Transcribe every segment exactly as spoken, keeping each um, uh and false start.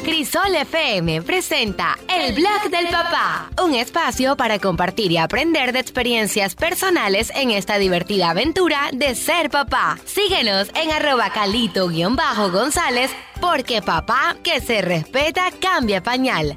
Crisol F M presenta El Blog del Papá, un espacio para compartir y aprender de experiencias personales en esta divertida aventura de ser papá. Síguenos en arroba calito-gonzález, porque papá que se respeta cambia pañal.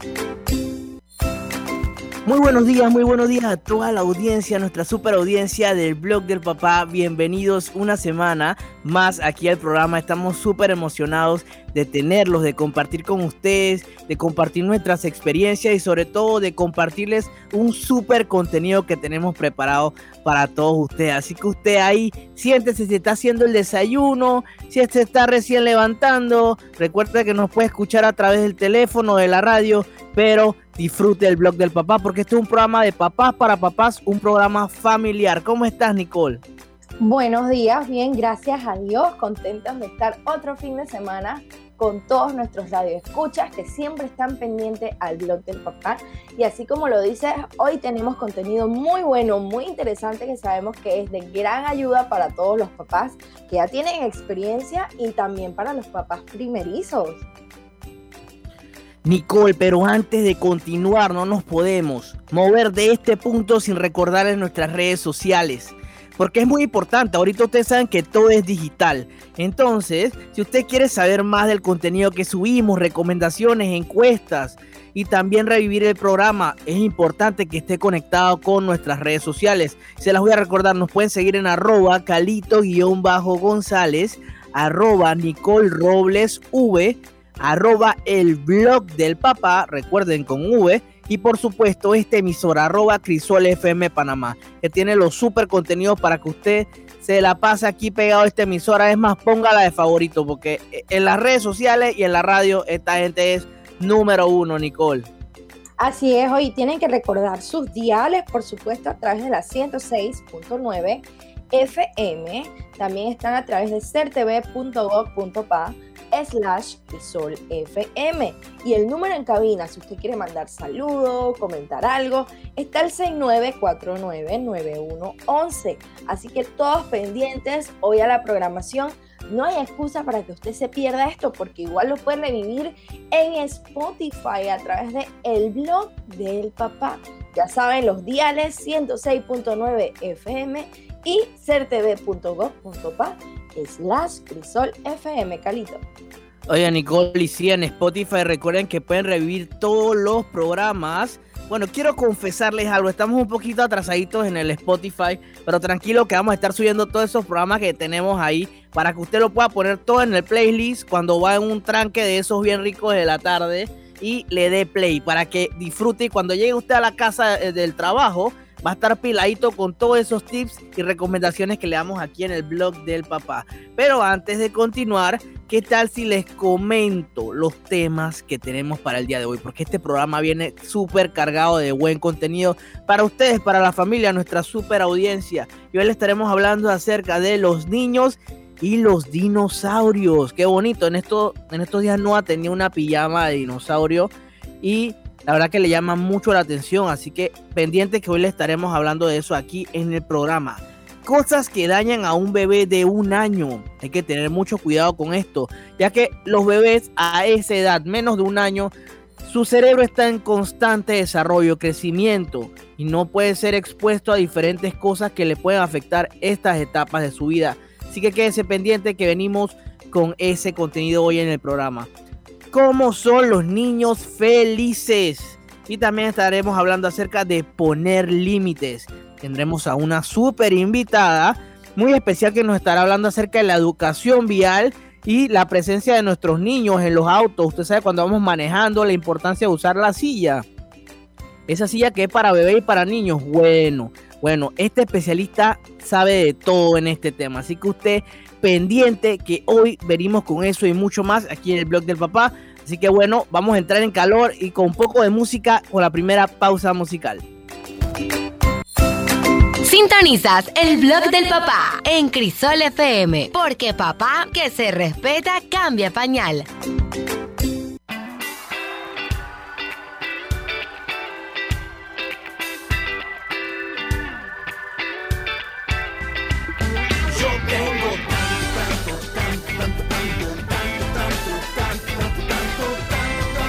Muy buenos días, muy buenos días a toda la audiencia, nuestra super audiencia del Blog del Papá. Bienvenidos una semana más aquí al programa. Estamos súper emocionados de tenerlos, de compartir con ustedes, de compartir nuestras experiencias y sobre todo de compartirles un súper contenido que tenemos preparado para todos ustedes. Así que usted ahí, siéntese, si está haciendo el desayuno, si se está recién levantando, recuerde que nos puede escuchar a través del teléfono, de la radio, pero disfrute el Blog del Papá porque este es un programa de papás para papás, un programa familiar. ¿Cómo estás, Nicole? Buenos días, bien, gracias a Dios, contentos de estar otro fin de semana con todos nuestros radioescuchas que siempre están pendientes al Blog del Papá. Y así como lo dices, hoy tenemos contenido muy bueno, muy interesante, que sabemos que es de gran ayuda para todos los papás que ya tienen experiencia y también para los papás primerizos. Nicole, pero antes de continuar no nos podemos mover de este punto sin recordarles nuestras redes sociales, porque es muy importante. Ahorita ustedes saben que todo es digital, entonces si usted quiere saber más del contenido que subimos, recomendaciones, encuestas y también revivir el programa, es importante que esté conectado con nuestras redes sociales. Se las voy a recordar, nos pueden seguir en arroba calito-gonzález, arroba Nicole Robles V, arroba el blog del papá, recuerden con V, y por supuesto este emisor, arroba Crisol F M Panamá, que tiene los super contenidos para que usted se la pase aquí pegado a esta emisora. Es más, póngala de favorito, porque en las redes sociales y en la radio esta gente es número uno, Nicole. Así es, hoy tienen que recordar sus diales, por supuesto, a través de la ciento seis punto nueve F M, también están a través de certv punto gov punto pa slash Crisol F M, y el número en cabina, si usted quiere mandar saludos, comentar algo, está el seis nueve cuatro nueve nueve uno once. Así que todos pendientes hoy a la programación. No hay excusa para que usted se pierda esto, porque igual lo puede revivir en Spotify a través de El Blog del Papá. Ya saben, los diales ciento seis punto nueve F M y certv punto gov punto pa slash Crisol F M, Calito. Oye, Nicole, y sí, en Spotify recuerden que pueden revivir todos los programas. Bueno, quiero confesarles algo, estamos un poquito atrasaditos en el Spotify, pero tranquilo que vamos a estar subiendo todos esos programas que tenemos ahí para que usted lo pueda poner todo en el playlist cuando va en un tranque de esos bien ricos de la tarde y le dé play para que disfrute, y cuando llegue usted a la casa del trabajo va a estar piladito con todos esos tips y recomendaciones que le damos aquí en el Blog del Papá. Pero antes de continuar, ¿qué tal si les comento los temas que tenemos para el día de hoy? Porque este programa viene súper cargado de buen contenido para ustedes, para la familia, nuestra súper audiencia. Y hoy les estaremos hablando acerca de los niños y los dinosaurios. Qué bonito, en, esto, en estos días Noah tenía una pijama de dinosaurio y la verdad que le llama mucho la atención, así que pendiente que hoy le estaremos hablando de eso aquí en el programa. Cosas que dañan a un bebé de un año. Hay que tener mucho cuidado con esto, ya que los bebés a esa edad, menos de un año, su cerebro está en constante desarrollo, crecimiento, y no puede ser expuesto a diferentes cosas que le pueden afectar estas etapas de su vida. Así que quédese pendiente que venimos con ese contenido hoy en el programa. ¿Cómo son los niños felices? Y también estaremos hablando acerca de poner límites. Tendremos a una súper invitada muy especial que nos estará hablando acerca de la educación vial y la presencia de nuestros niños en los autos. Usted sabe, cuando vamos manejando, la importancia de usar la silla. Esa silla que es para bebé y para niños. Bueno, bueno, este especialista sabe de todo en este tema. Así que usted pendiente que hoy venimos con eso y mucho más aquí en el Blog del Papá. Así que bueno, vamos a entrar en calor y con un poco de música con la primera pausa musical. Sintonizas el Blog del Papá en Crisol F M, porque papá que se respeta cambia pañal. Tanto, tanto, tanto, tanto, tanto, tanto, tanto, tanto, tanto,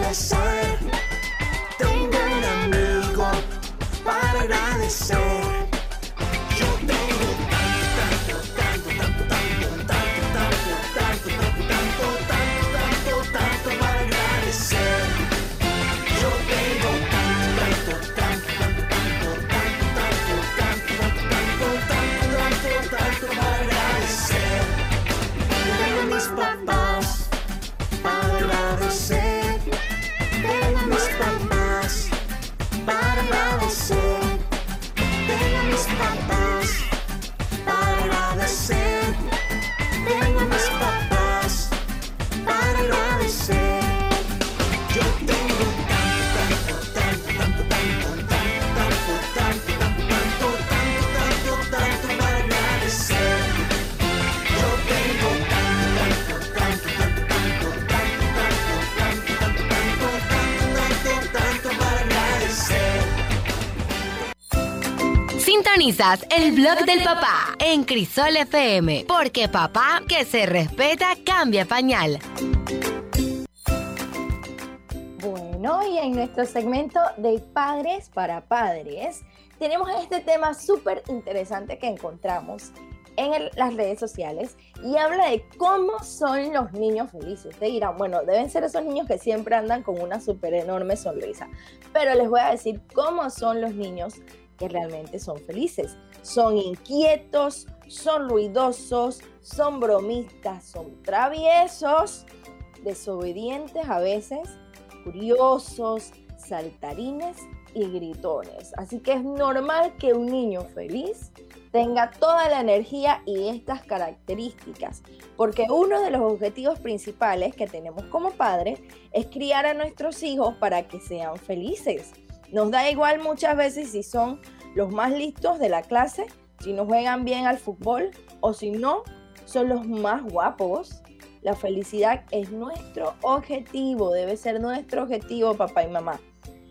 agradecer. Tengo un amigo para agradecer. Yo tengo tanto, tanto, tanto, tanto, tanto, tanto, tanto, tanto, tanto, tanto, tanto para agradecer. Yo tengo tanto, tanto, tanto, tanto, tanto, tanto, tanto, tanto, tanto, tanto para agradecer. Tengo mis papás para agradecer. Tengo mis papás para agradecer. Tengo mis papás para agradecer. Tengo mis papás para agradecer. Yo tengo tanto, tanto, tanto, tanto, tanto, tanto, tanto, tanto, tanto, tanto para agradecer. Yo tengo tanto, tanto, tanto, tanto, tanto, tanto, tanto, tanto, tanto, tanto para agradecer. Sintonizas el blog del papá en Crisol F M, porque papá que se respeta cambia pañal. Bueno, y en nuestro segmento de Padres para Padres, tenemos este tema súper interesante que encontramos en el- las redes sociales y habla de cómo son los niños felices. Ustedes dirán, bueno, deben ser esos niños que siempre andan con una súper enorme sonrisa, pero les voy a decir cómo son los niños que realmente son felices. Son inquietos, son ruidosos, son bromistas, son traviesos, desobedientes a veces, curiosos, saltarines y gritones. Así que es normal que un niño feliz tenga toda la energía y estas características, porque uno de los objetivos principales que tenemos como padres es criar a nuestros hijos para que sean felices. Nos da igual muchas veces si son los más listos de la clase, si no juegan bien al fútbol o si no, son los más guapos. La felicidad es nuestro objetivo, debe ser nuestro objetivo, papá y mamá.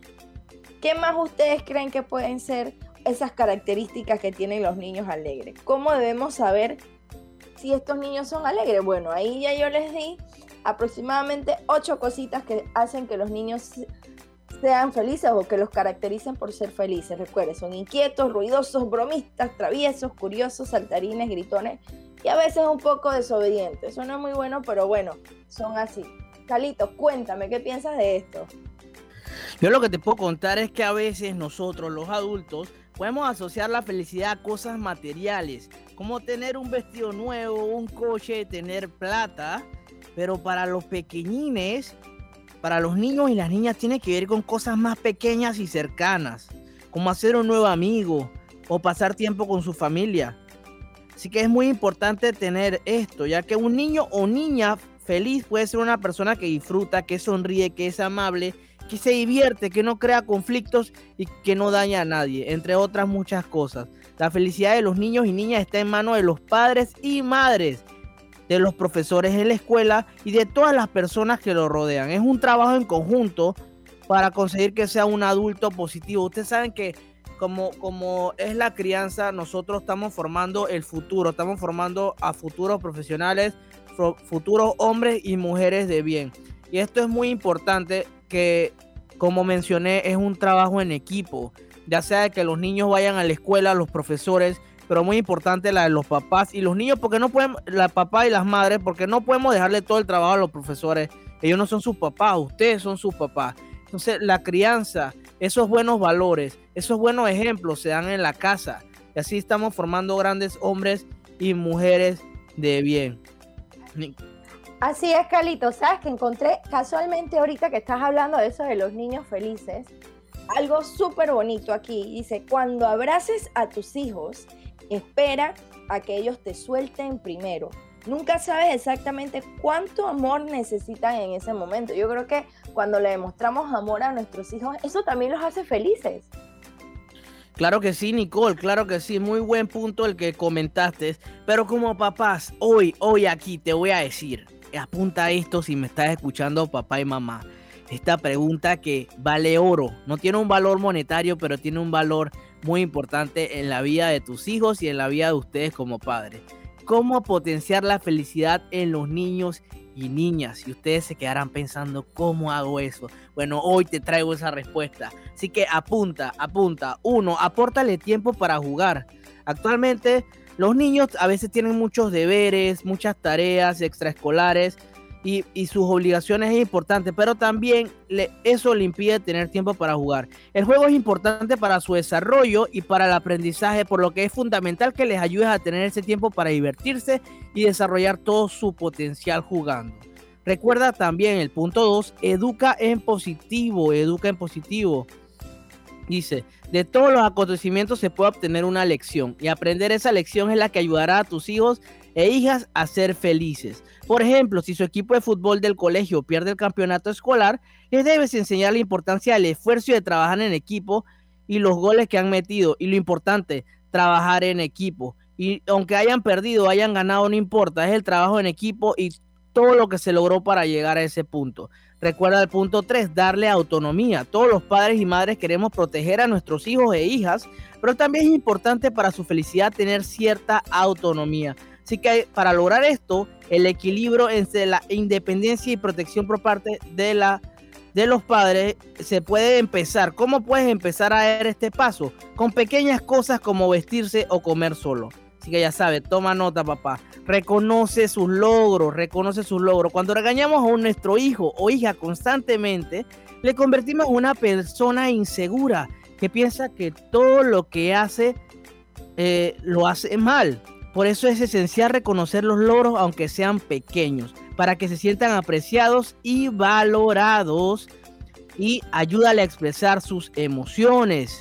¿Qué más ustedes creen que pueden ser esas características que tienen los niños alegres? ¿Cómo debemos saber si estos niños son alegres? Bueno, ahí ya yo les di aproximadamente ocho cositas que hacen que los niños sean felices o que los caractericen por ser felices. Recuerden, son inquietos, ruidosos, bromistas, traviesos, curiosos, saltarines, gritones y a veces un poco desobedientes. Eso no es muy bueno, pero bueno, son así. Carlitos, cuéntame, ¿qué piensas de esto? Yo lo que te puedo contar es que a veces nosotros, los adultos, podemos asociar la felicidad a cosas materiales, como tener un vestido nuevo, un coche, tener plata, pero para los pequeñines, para los niños y las niñas tiene que ver con cosas más pequeñas y cercanas, como hacer un nuevo amigo o pasar tiempo con su familia. Así que es muy importante tener esto, ya que un niño o niña feliz puede ser una persona que disfruta, que sonríe, que es amable, que se divierte, que no crea conflictos y que no daña a nadie, entre otras muchas cosas. La felicidad de los niños y niñas está en manos de los padres y madres, de los profesores en la escuela y de todas las personas que lo rodean. Es un trabajo en conjunto para conseguir que sea un adulto positivo. Ustedes saben que como, como es la crianza, nosotros estamos formando el futuro, estamos formando a futuros profesionales, futuros hombres y mujeres de bien. Y esto es muy importante, que como mencioné es un trabajo en equipo, ya sea de que los niños vayan a la escuela, los profesores, pero muy importante la de los papás y los niños, porque no pueden, la papá y las madres, porque no podemos dejarle todo el trabajo a los profesores. Ellos no son sus papás, ustedes son sus papás. Entonces la crianza, esos buenos valores, esos buenos ejemplos se dan en la casa, y así estamos formando grandes hombres y mujeres de bien. Así es, Carlitos. Sabes que encontré casualmente ahorita que estás hablando de eso de los niños felices, algo súper bonito aquí. Dice, cuando abraces a tus hijos, espera a que ellos te suelten primero. Nunca sabes exactamente cuánto amor necesitan en ese momento. Yo creo que cuando le demostramos amor a nuestros hijos, eso también los hace felices. Claro que sí, Nicole, claro que sí, muy buen punto el que comentaste, pero como papás, hoy, hoy aquí te voy a decir, apunta esto si me estás escuchando papá y mamá, esta pregunta que vale oro, no tiene un valor monetario, pero tiene un valor muy importante en la vida de tus hijos y en la vida de ustedes como padres. ¿Cómo potenciar la felicidad en los niños y niñas, y ustedes se quedarán pensando, ¿cómo hago eso? Bueno, hoy te traigo esa respuesta. Así que apunta, apunta. Uno, apórtale tiempo para jugar. Actualmente, los niños a veces tienen muchos deberes, muchas tareas extraescolares y, y sus obligaciones es importante, pero también le, eso le impide tener tiempo para jugar. El juego es importante para su desarrollo y para el aprendizaje, por lo que es fundamental que les ayudes a tener ese tiempo para divertirse y desarrollar todo su potencial jugando. Recuerda también el punto dos, educa en positivo, educa en positivo. Dice, de todos los acontecimientos se puede obtener una lección y aprender esa lección es la que ayudará a tus hijos e hijas a ser felices. Por ejemplo, si su equipo de fútbol del colegio pierde el campeonato escolar, les debes enseñar la importancia del esfuerzo y de trabajar en equipo y los goles que han metido y lo importante, trabajar en equipo. Y aunque hayan perdido o hayan ganado, no importa, es el trabajo en equipo y todo lo que se logró para llegar a ese punto. Recuerda el punto tres, darle autonomía. Todos los padres y madres queremos proteger a nuestros hijos e hijas, pero también es importante para su felicidad tener cierta autonomía. Así que para lograr esto, el equilibrio entre la independencia y protección por parte de, la, de los padres se puede empezar. ¿Cómo puedes empezar a dar este paso? Con pequeñas cosas como vestirse o comer solo. Así que ya sabes, toma nota, papá. Reconoce sus logros, reconoce sus logros. Cuando regañamos a nuestro hijo o hija constantemente, le convertimos en una persona insegura que piensa que todo lo que hace eh, lo hace mal. Por eso es esencial reconocer los logros, aunque sean pequeños, para que se sientan apreciados y valorados, y ayúdale a expresar sus emociones.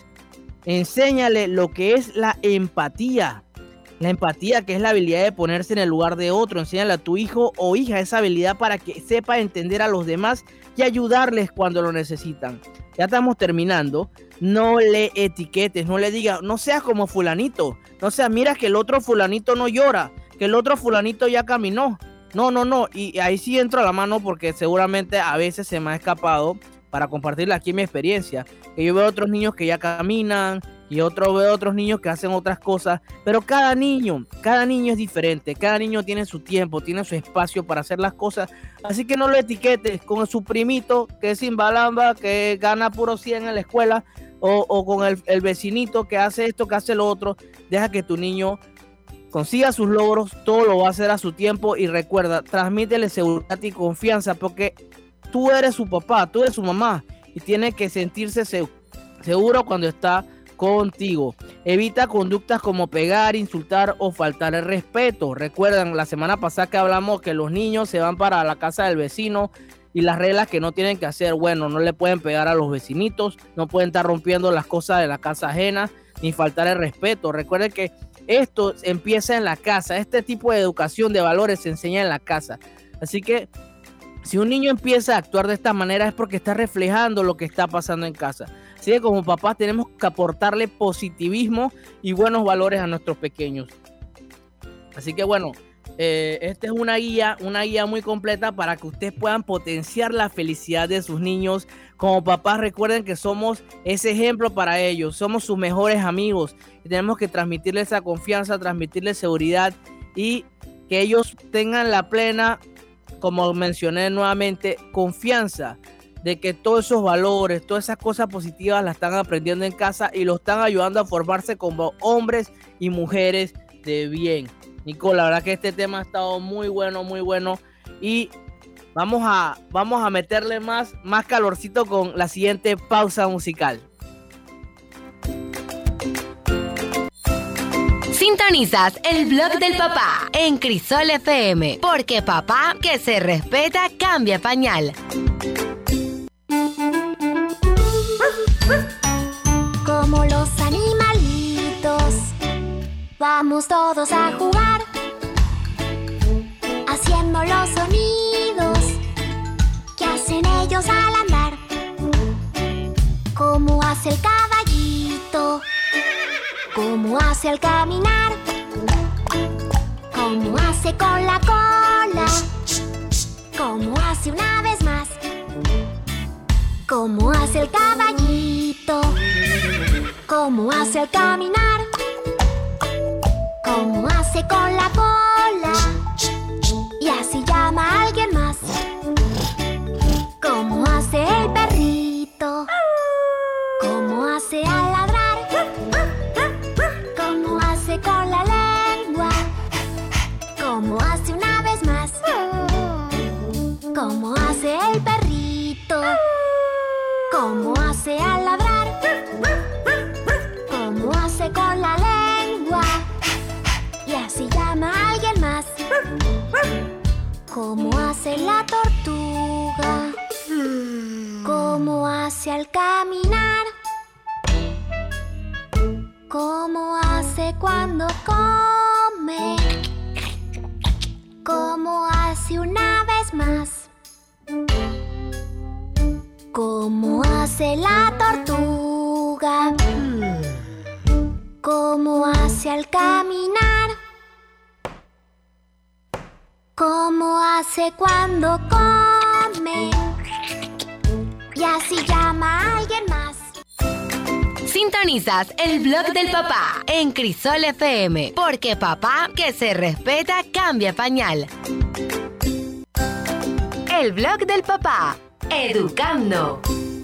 Enséñale lo que es la empatía. La empatía, que es la habilidad de ponerse en el lugar de otro. Enséñale a tu hijo o hija esa habilidad para que sepa entender a los demás y ayudarles cuando lo necesitan. Ya estamos terminando. No le etiquetes, no le digas, no seas como fulanito. No seas, mira que el otro fulanito no llora, que el otro fulanito ya caminó. No, no, no. Y ahí sí entro a la mano porque seguramente a veces se me ha escapado para compartirle aquí mi experiencia. Que yo veo otros niños que ya caminan y otro veo otros niños que hacen otras cosas. Pero cada niño, cada niño es diferente. Cada niño tiene su tiempo, tiene su espacio para hacer las cosas. Así que no lo etiquetes con su primito que es simbalamba, que gana puro cien en la escuela. O, o con el, el vecinito que hace esto, que hace lo otro. Deja que tu niño consiga sus logros, todo lo va a hacer a su tiempo. Y recuerda, transmítele seguridad y confianza, porque tú eres su papá, tú eres su mamá, y tiene que sentirse se- seguro cuando está contigo. Evita conductas como pegar, insultar o faltar el respeto. Recuerdan la semana pasada que hablamos que los niños se van para la casa del vecino y las reglas que no tienen que hacer. Bueno, no le pueden pegar a los vecinitos, no pueden estar rompiendo las cosas de la casa ajena, ni faltar el respeto. Recuerden que esto empieza en la casa. Este tipo de educación de valores se enseña en la casa. Así que si un niño empieza a actuar de esta manera es porque está reflejando lo que está pasando en casa. Así que como papás tenemos que aportarle positivismo y buenos valores a nuestros pequeños. Así que bueno, eh, esta es una guía, una guía muy completa para que ustedes puedan potenciar la felicidad de sus niños. Como papás, recuerden que somos ese ejemplo para ellos, somos sus mejores amigos y tenemos que transmitirles esa confianza, transmitirles seguridad y que ellos tengan la plena, como mencioné nuevamente, confianza de que todos esos valores, todas esas cosas positivas las están aprendiendo en casa y lo están ayudando a formarse como hombres y mujeres de bien. Nico, la verdad que este tema ha estado muy bueno, muy bueno, y vamos a, vamos a meterle más, más calorcito con la siguiente pausa musical. Sintonizas el blog del papá en Crisol F M, porque papá que se respeta cambia pañal. Como los animalitos, vamos todos a jugar, haciendo los sonidos que hacen ellos al andar. Como hace el caballito, como hace al caminar, como hace con la cola, como hace una vez más. Como hace el caballito, como hace al caminar, como hace con la cola y hace así llama a alguien más. ¿Cómo hace el perrito? ¿Cómo hace al ladrar? ¿Cómo hace con la lengua? ¿Cómo hace una vez más? ¿Cómo hace el perrito? ¿Cómo hace al ladrar? ¿Cómo hace con la lengua? Y así llama a alguien más. ¿Cómo hace la tortuga? ¿Cómo hace al caminar? ¿Cómo hace cuando come? ¿Cómo hace una vez más? ¿Cómo hace la tortuga? ¿Cómo hace al caminar? ¿Cómo hace cuando come? Y así llama a alguien más. Sintonizas el blog del papá en Crisol F M, porque papá que se respeta cambia pañal. El blog del papá, educando.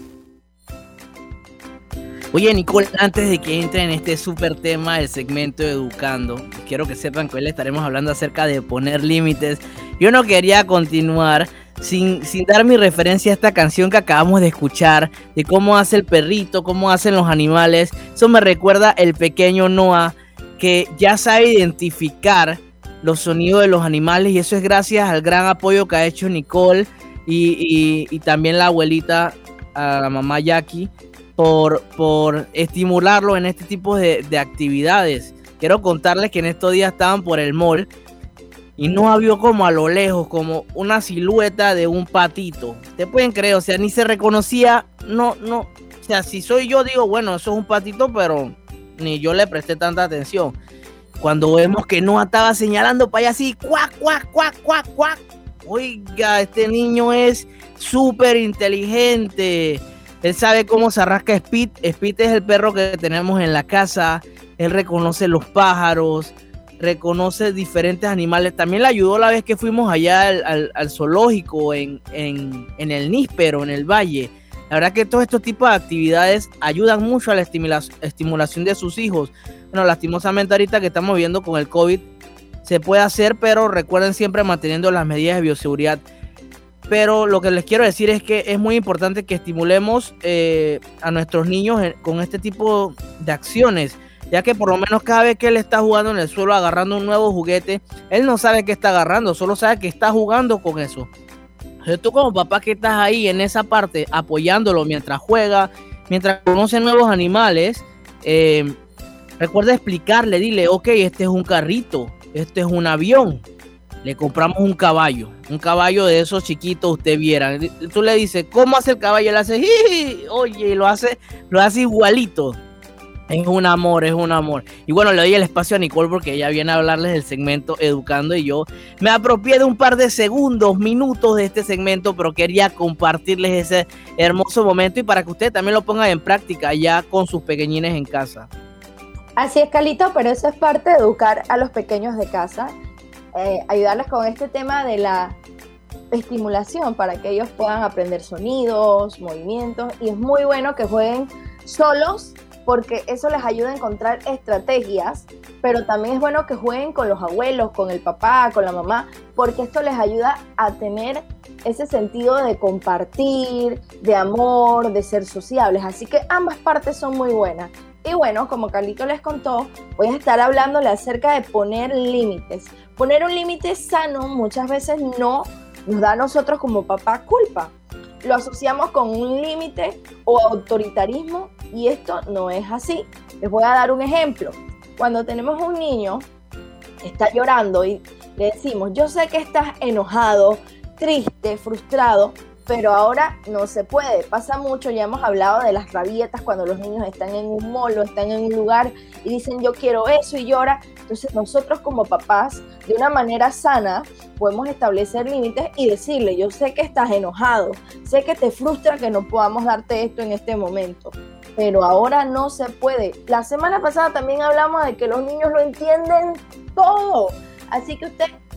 Oye, Nicole, antes de que entre en este súper tema del segmento de Educando, quiero que sepan que hoy le estaremos hablando acerca de poner límites. Yo no quería continuar sin, sin dar mi referencia a esta canción que acabamos de escuchar, de cómo hace el perrito, cómo hacen los animales. Eso me recuerda el pequeño Noah, que ya sabe identificar los sonidos de los animales, y eso es gracias al gran apoyo que ha hecho Nicole y, y, y también la abuelita, a la mamá Jackie, por, por estimularlo en este tipo de, de actividades. Quiero contarles que en estos días estaban por el mall y no vio como a lo lejos, como una silueta de un patito. ¿Te pueden creer? O sea, ni se reconocía, no, no. O sea, si soy yo, digo, bueno, eso es un patito, pero ni yo le presté tanta atención. Cuando vemos que no estaba señalando para allá así, cuac, cuac, cuac, cuac, cuac. Oiga, este niño es súper inteligente. Él sabe cómo se arrasca Speed. Speed es el perro que tenemos en la casa. Él reconoce los pájaros, reconoce diferentes animales. También le ayudó la vez que fuimos allá al, al, al zoológico en, en, en el Níspero, en el Valle. La verdad que todos estos tipos de actividades ayudan mucho a la estimulación, estimulación de sus hijos. Bueno, lastimosamente ahorita que estamos viviendo con el COVID, se puede hacer, pero recuerden siempre manteniendo las medidas de bioseguridad. Pero lo que les quiero decir es que es muy importante que estimulemos eh, a nuestros niños con este tipo de acciones, ya que por lo menos cada vez que él está jugando en el suelo agarrando un nuevo juguete, él no sabe qué está agarrando, solo sabe que está jugando con eso. Entonces tú como papá que estás ahí en esa parte apoyándolo mientras juega, mientras conoce nuevos animales, eh, recuerda explicarle, dile, ok, este es un carrito, este es un avión, le compramos un caballo, un caballo de esos chiquitos, usted viera. Tú le dices, ¿cómo hace el caballo? Él hace, ¡jiji! Oye, lo hace, lo hace igualito. Es un amor, es un amor. Y bueno, le doy el espacio a Nicole porque ella viene a hablarles del segmento Educando y yo me apropié de un par de segundos, minutos de este segmento, pero quería compartirles ese hermoso momento y para que ustedes también lo pongan en práctica ya con sus pequeñines en casa. Así es, Carlito, pero eso es parte de educar a los pequeños de casa, eh, ayudarles con este tema de la estimulación para que ellos puedan aprender sonidos, movimientos, y es muy bueno que jueguen solos porque eso les ayuda a encontrar estrategias, pero también es bueno que jueguen con los abuelos, con el papá, con la mamá, porque esto les ayuda a tener ese sentido de compartir, de amor, de ser sociables, así que ambas partes son muy buenas. Y bueno, como Carlito les contó, voy a estar hablándole acerca de poner límites. Poner un límite sano muchas veces no nos da a nosotros como papá culpa. Lo asociamos con un límite o autoritarismo y esto no es así. Les voy a dar un ejemplo. Cuando tenemos un niño que está llorando y le decimos, yo sé que estás enojado, triste, frustrado, pero ahora no se puede. Pasa mucho, ya hemos hablado de las rabietas cuando los niños están en un mall o están en un lugar y dicen yo quiero eso y llora. Entonces nosotros como papás, de una manera sana, podemos establecer límites y decirle, yo sé que estás enojado, sé que te frustra que no podamos darte esto en este momento, pero ahora no se puede. La semana pasada también hablamos de que los niños lo entienden todo, así que usted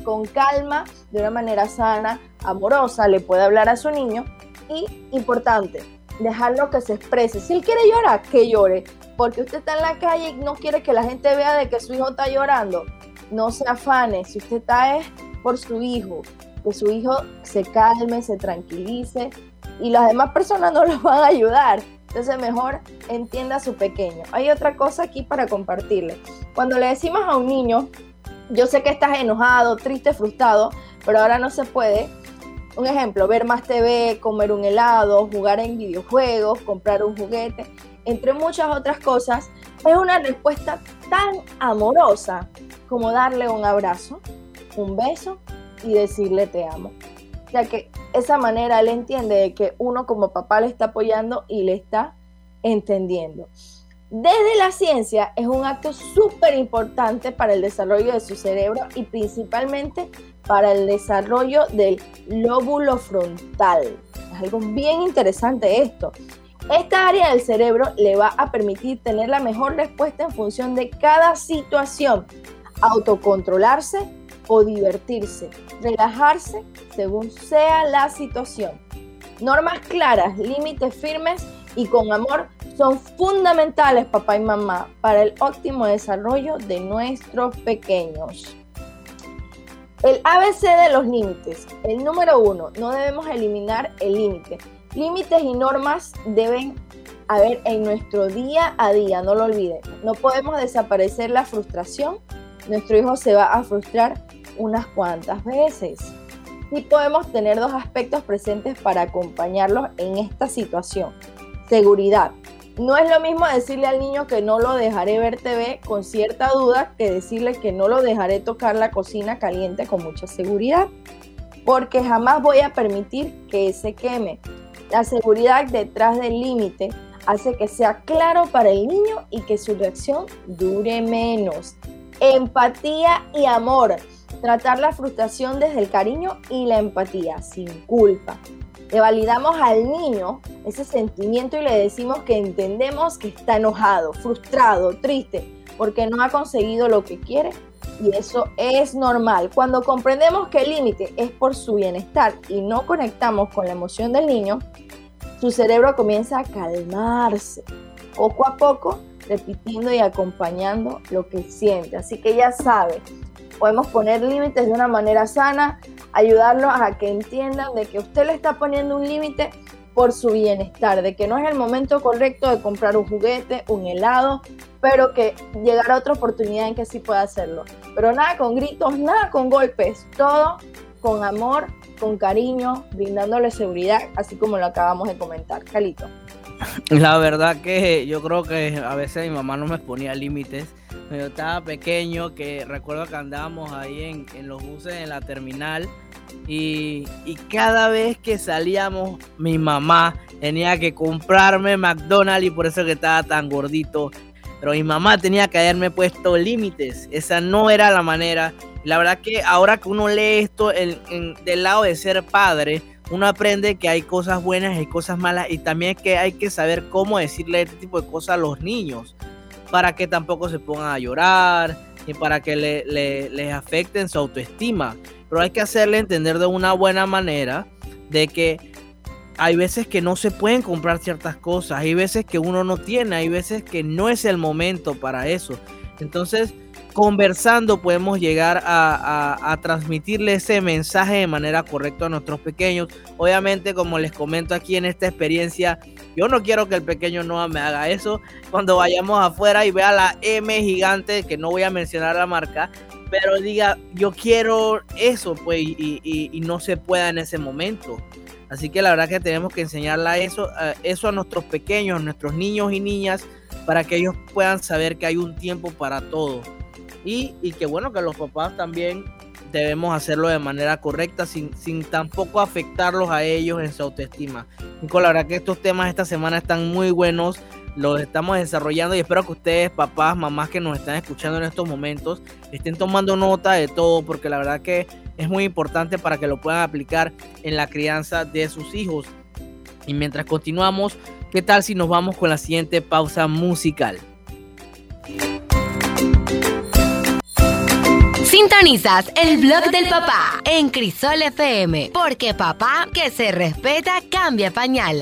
con calma, de una manera sana, amorosa, le puede hablar a su niño. Y importante, dejarlo que se exprese. Si él quiere llorar, que llore, porque usted está en la calle y no quiere que la gente vea de que su hijo está llorando. No se afane, si usted está es por su hijo, que su hijo se calme, se tranquilice, y las demás personas no lo van a ayudar. Entonces mejor entienda a su pequeño. Hay otra cosa aquí para compartirle. Cuando le decimos a un niño, yo sé que estás enojado, triste, frustrado, pero ahora no se puede. Un ejemplo, ver más T V, comer un helado, jugar en videojuegos, comprar un juguete, entre muchas otras cosas, es una respuesta tan amorosa como darle un abrazo, un beso y decirle te amo. Ya que esa manera él entiende de que uno como papá le está apoyando y le está entendiendo. Desde la ciencia es un acto súper importante para el desarrollo de su cerebro y principalmente para el desarrollo del lóbulo frontal. Es algo bien interesante esto. Esta área del cerebro le va a permitir tener la mejor respuesta en función de cada situación, autocontrolarse o divertirse, relajarse según sea la situación. Normas claras, límites firmes y con amor son fundamentales, papá y mamá, para el óptimo desarrollo de nuestros pequeños. El A B C de los límites. El número uno, no debemos eliminar el límite. Límites y normas deben haber en nuestro día a día, no lo olviden. No podemos desaparecer la frustración. Nuestro hijo se va a frustrar unas cuantas veces. Y podemos tener dos aspectos presentes para acompañarlos en esta situación. Seguridad. No es lo mismo decirle al niño que no lo dejaré ver T V con cierta duda que decirle que no lo dejaré tocar la cocina caliente con mucha seguridad, porque jamás voy a permitir que se queme. La seguridad detrás del límite hace que sea claro para el niño y que su reacción dure menos. Empatía y amor. Tratar la frustración desde el cariño y la empatía, sin culpa. Le validamos al niño ese sentimiento y le decimos que entendemos que está enojado, frustrado, triste, porque no ha conseguido lo que quiere, y eso es normal. Cuando comprendemos que el límite es por su bienestar y no conectamos con la emoción del niño, su cerebro comienza a calmarse, poco a poco, repitiendo y acompañando lo que siente. Así que ya sabe, podemos poner límites de una manera sana, ayudarlos a que entiendan de que usted le está poniendo un límite por su bienestar, de que no es el momento correcto de comprar un juguete, un helado, pero que llegará otra oportunidad en que sí pueda hacerlo. Pero nada con gritos, nada con golpes, todo con amor, con cariño, brindándole seguridad, así como lo acabamos de comentar. Calito. La verdad que yo creo que a veces mi mamá no me ponía límites. Yo estaba pequeño, que recuerdo que andábamos ahí en, en los buses en la terminal y, y cada vez que salíamos mi mamá tenía que comprarme McDonald's y por eso que estaba tan gordito. Pero mi mamá tenía que haberme puesto límites, esa no era la manera. La verdad que ahora que uno lee esto en, en, del lado de ser padre, uno aprende que hay cosas buenas y cosas malas y también que hay que saber cómo decirle este tipo de cosas a los niños para que tampoco se pongan a llorar y para que le, le, les afecten su autoestima. Pero hay que hacerle entender de una buena manera de que hay veces que no se pueden comprar ciertas cosas, hay veces que uno no tiene, hay veces que no es el momento para eso. Entonces, conversando podemos llegar a, a, a transmitirle ese mensaje de manera correcta a nuestros pequeños. Obviamente, como les comento aquí en esta experiencia, yo no quiero que el pequeño no me haga eso. Cuando vayamos afuera y vea la M gigante, que no voy a mencionar la marca, pero diga, yo quiero eso, pues, y, y, y no se pueda en ese momento. Así que la verdad que tenemos que enseñarle a eso, a eso a nuestros pequeños, a nuestros niños y niñas, para que ellos puedan saber que hay un tiempo para todo. Y, y que bueno, que los papás también debemos hacerlo de manera correcta sin, sin tampoco afectarlos a ellos en su autoestima. Y con la verdad que estos temas esta semana están muy buenos, los estamos desarrollando y espero que ustedes, papás, mamás que nos están escuchando en estos momentos, estén tomando nota de todo, porque la verdad que es muy importante para que lo puedan aplicar en la crianza de sus hijos. Y mientras continuamos, ¿qué tal si nos vamos con la siguiente pausa musical? Sintonizas el blog del papá en Crisol F M, porque papá que se respeta cambia pañal.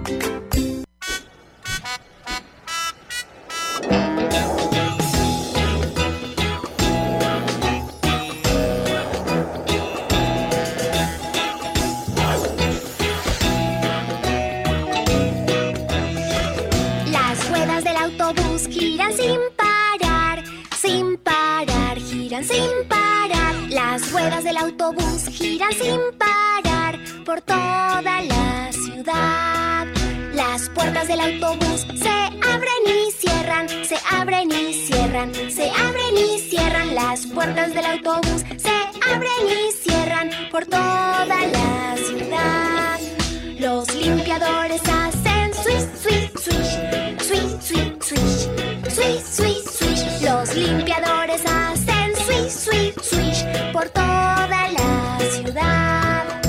Las ruedas del autobús giran sin parar, sin parar, giran sin parar. Las ruedas del autobús giran sin parar por toda la ciudad. Las puertas del autobús se abren y cierran, se abren y cierran, se abren y cierran. Las puertas del autobús se abren y cierran por toda la ciudad. Los limpiadores hacen swish, swish, swish, swish, swish, swish, swish, swish, swish. Los limpiadores hacen swish, swish, swish por toda la ciudad.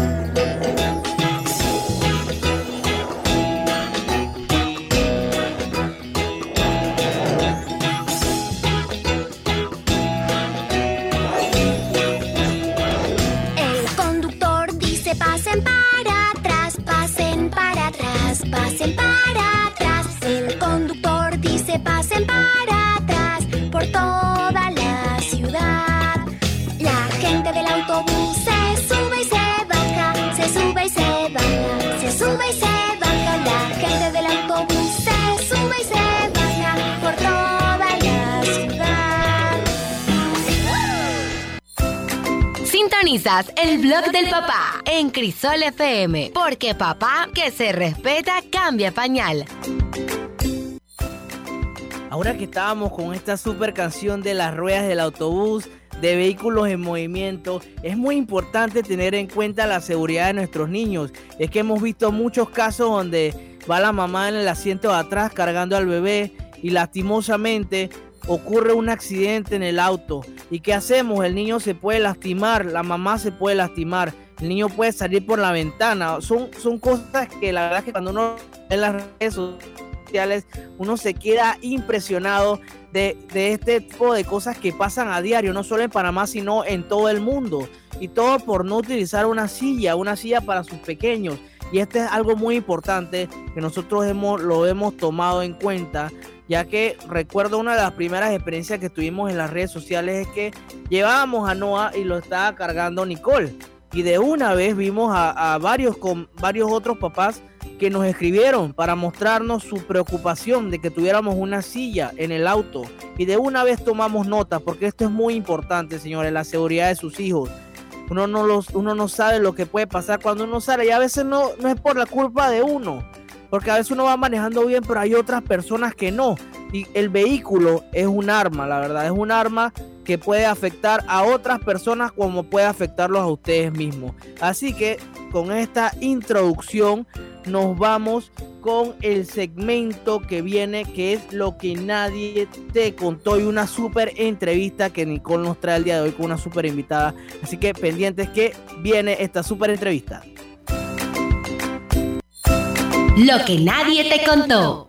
El conductor dice pasen para atrás, pasen para atrás, pasen para atrás. El conductor dice pasen para atrás por toda la ciudad. La gente del autobús se sube y se baja, se sube y se baja, se sube y se baja. La gente del autobús se sube y se baja por toda la ciudad. Sintonizas el blog del papá en Crisol F M, porque papá que se respeta cambia pañal. Ahora que estábamos con esta super canción de las ruedas del autobús, de vehículos en movimiento, es muy importante tener en cuenta la seguridad de nuestros niños. Es que hemos visto muchos casos donde va la mamá en el asiento de atrás cargando al bebé y lastimosamente ocurre un accidente en el auto. ¿Y qué hacemos? El niño se puede lastimar, la mamá se puede lastimar, el niño puede salir por la ventana. Son, son cosas que la verdad es que cuando uno ve en las redes sociales, uno se queda impresionado de, de este tipo de cosas que pasan a diario, no solo en Panamá, sino en todo el mundo. Y todo por no utilizar una silla, una silla para sus pequeños. Y este es algo muy importante que nosotros hemos, lo hemos tomado en cuenta, ya que recuerdo una de las primeras experiencias que tuvimos en las redes sociales es que llevábamos a Noah y lo estaba cargando Nicole. Y de una vez vimos a, a varios, con varios otros papás que nos escribieron para mostrarnos su preocupación de que tuviéramos una silla en el auto. Y de una vez tomamos nota, porque esto es muy importante, señores, la seguridad de sus hijos. Uno no, los, uno no sabe lo que puede pasar cuando uno sale, y a veces no, no es por la culpa de uno, porque a veces uno va manejando bien, pero hay otras personas que no. Y el vehículo es un arma, la verdad, es un arma que puede afectar a otras personas como puede afectarlos a ustedes mismos. Así que con esta introducción nos vamos con el segmento que viene, que es lo que nadie te contó, y una súper entrevista que Nicole nos trae el día de hoy con una súper invitada. Así que pendientes que viene esta súper entrevista. Lo que nadie te contó.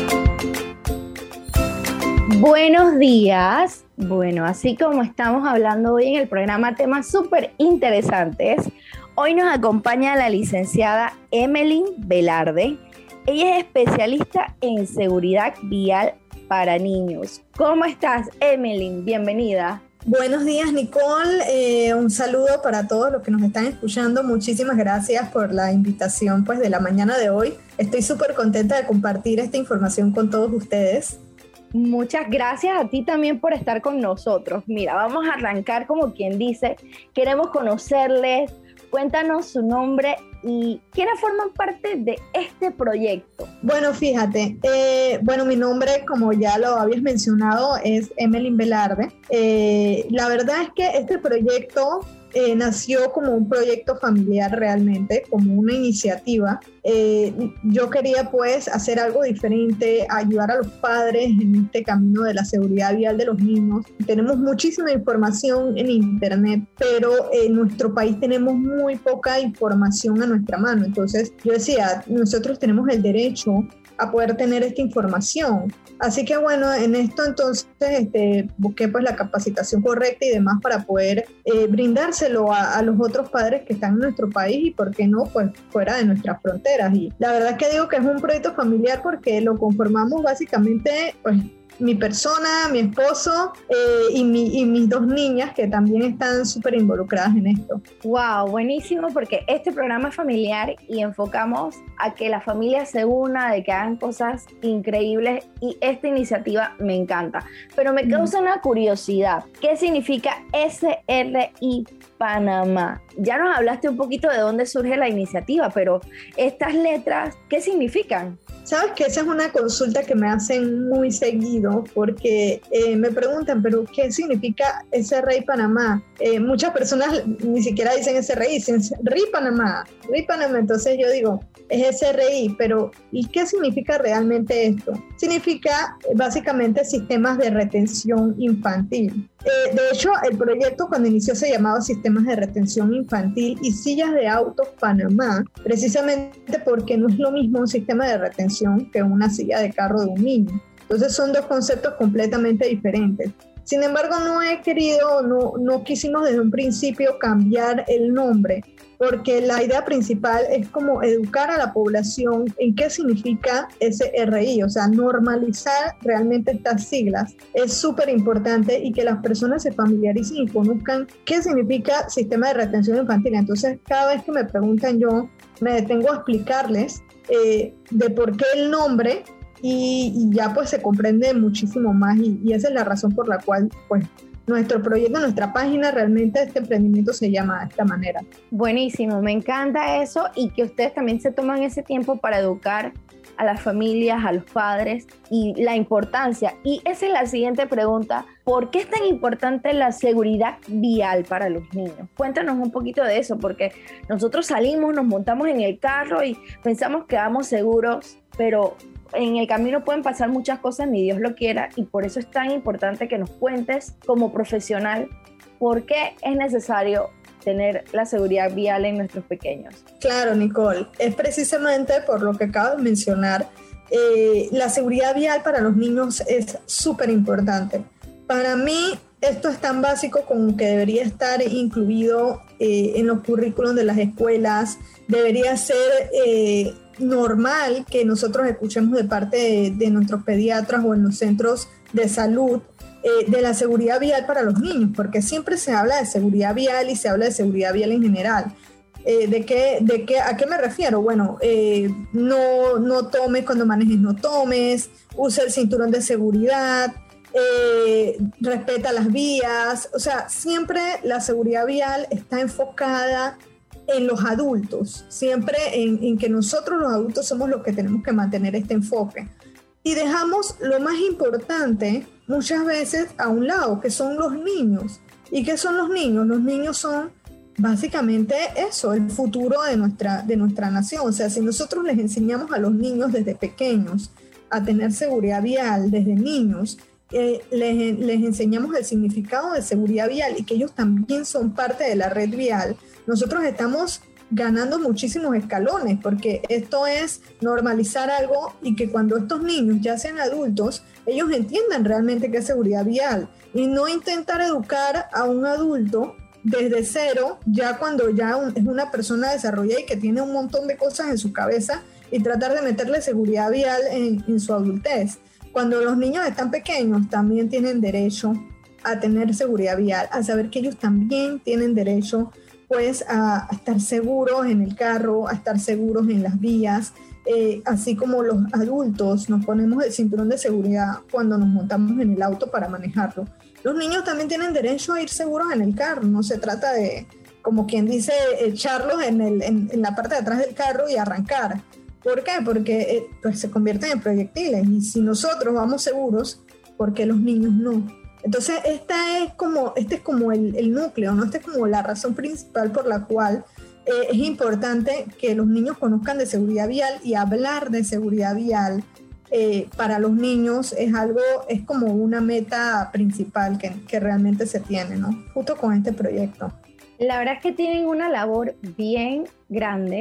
Buenos días. Bueno, así como estamos hablando hoy en el programa temas súper interesantes, hoy nos acompaña la licenciada Emelyn Velarde. Ella es especialista en seguridad vial para niños. ¿Cómo estás, Emelyn? Bienvenida. Buenos días, Nicole. Eh, un saludo para todos los que nos están escuchando. Muchísimas gracias por la invitación, pues, de la mañana de hoy. Estoy súper contenta de compartir esta información con todos ustedes. Muchas gracias a ti también por estar con nosotros. Mira, vamos a arrancar como quien dice. Queremos conocerles. Cuéntanos su nombre y quiénes forman parte de este proyecto. Bueno, fíjate, eh, bueno, mi nombre, como ya lo habías mencionado, es Emelyn Velarde. Eh, la verdad es que este proyecto eh, nació como un proyecto familiar realmente, como una iniciativa. Eh, yo quería pues hacer algo diferente, ayudar a los padres en este camino de la seguridad vial de los niños. Tenemos muchísima información en internet, pero en nuestro país tenemos muy poca información a nuestra mano. Entonces yo decía, nosotros tenemos el derecho a poder tener esta información. Así que bueno, en esto entonces este, busqué pues la capacitación correcta y demás para poder eh, brindárselo a, a los otros padres que están en nuestro país y por qué no, pues fuera de nuestras fronteras. Y la verdad es que digo que es un proyecto familiar porque lo conformamos básicamente pues mi persona, mi esposo eh, y, mi, y mis dos niñas que también están súper involucradas en esto. Wow, buenísimo, porque este programa es familiar y enfocamos a que la familia se una, de que hagan cosas increíbles, y esta iniciativa me encanta. Pero me causa una curiosidad, ¿qué significa S R I Panamá? Ya nos hablaste un poquito de dónde surge la iniciativa, pero estas letras, ¿qué significan? Sabes que esa es una consulta que me hacen muy seguido porque eh, me preguntan, pero ¿qué significa S R I Panamá? Eh, muchas personas ni siquiera dicen S R I, dicen R I Panamá, R I Panamá. Entonces yo digo, es S R I, pero ¿y qué significa realmente esto? Significa eh, básicamente sistemas de retención infantil. Eh, de hecho, el proyecto cuando inició se llamaba Sistemas de Retención Infantil y Sillas de Autos Panamá, precisamente porque no es lo mismo un sistema de retención que una silla de carro de un niño. Entonces son dos conceptos completamente diferentes. Sin embargo, no he querido, no, no quisimos desde un principio cambiar el nombre, porque la idea principal es como educar a la población en qué significa S R I, o sea, normalizar realmente estas siglas. Es súper importante y que las personas se familiaricen y conozcan qué significa Sistema de Retención Infantil. Entonces, cada vez que me preguntan, yo me detengo a explicarles eh, de por qué el nombre, y, y ya pues se comprende muchísimo más, y, y esa es la razón por la cual pues nuestro proyecto, nuestra página, realmente este emprendimiento se llama de esta manera. Buenísimo, me encanta eso, y que ustedes también se toman ese tiempo para educar a las familias, a los padres, y la importancia. Y esa es la siguiente pregunta: ¿por qué es tan importante la seguridad vial para los niños? Cuéntanos un poquito de eso, porque nosotros salimos, nos montamos en el carro y pensamos que vamos seguros, pero en el camino pueden pasar muchas cosas, ni Dios lo quiera, y por eso es tan importante que nos cuentes como profesional por qué es necesario tener la seguridad vial en nuestros pequeños. Claro, Nicole, es precisamente por lo que acabo de mencionar. Eh, la seguridad vial para los niños es súper importante. Para mí, esto es tan básico como que debería estar incluido eh, en los currículos de las escuelas. Debería ser eh, normal que nosotros escuchemos de parte de, de nuestros pediatras o en los centros de salud eh, de la seguridad vial para los niños, porque siempre se habla de seguridad vial y se habla de seguridad vial en general. Eh, ¿de qué, de qué, ¿A qué me refiero? Bueno, eh, no, no tomes cuando manejes, no tomes, usa el cinturón de seguridad, eh, respeta las vías. O sea, siempre la seguridad vial está enfocada en los adultos, siempre en, en que nosotros los adultos somos los que tenemos que mantener este enfoque. Y dejamos lo más importante muchas veces a un lado, que son los niños. ¿Y qué son los niños? Los niños son básicamente eso, el futuro de nuestra, de nuestra nación. O sea, si nosotros les enseñamos a los niños desde pequeños a tener seguridad vial, desde niños, eh, les, les enseñamos el significado de seguridad vial y que ellos también son parte de la red vial, nosotros estamos ganando muchísimos escalones, porque esto es normalizar algo y que cuando estos niños ya sean adultos, ellos entiendan realmente qué es seguridad vial, y no intentar educar a un adulto desde cero, ya cuando ya un, es una persona desarrollada y que tiene un montón de cosas en su cabeza, y tratar de meterle seguridad vial en, en su adultez. Cuando los niños están pequeños, también tienen derecho a tener seguridad vial, a saber que ellos también tienen derecho pues a, a estar seguros en el carro, a estar seguros en las vías, eh, así como los adultos nos ponemos el cinturón de seguridad cuando nos montamos en el auto para manejarlo. Los niños también tienen derecho a ir seguros en el carro. No se trata de, como quien dice, echarlos en, el, en, en la parte de atrás del carro y arrancar. ¿Por qué? Porque eh, pues se convierten en proyectiles, y si nosotros vamos seguros, ¿por qué los niños no? Entonces, esta es como, este es como el, el núcleo, ¿no? Esta es como la razón principal por la cual eh, es importante que los niños conozcan de seguridad vial, y hablar de seguridad vial eh, para los niños es algo, es como una meta principal que, que realmente se tiene, ¿no? Justo con este proyecto. La verdad es que tienen una labor bien grande,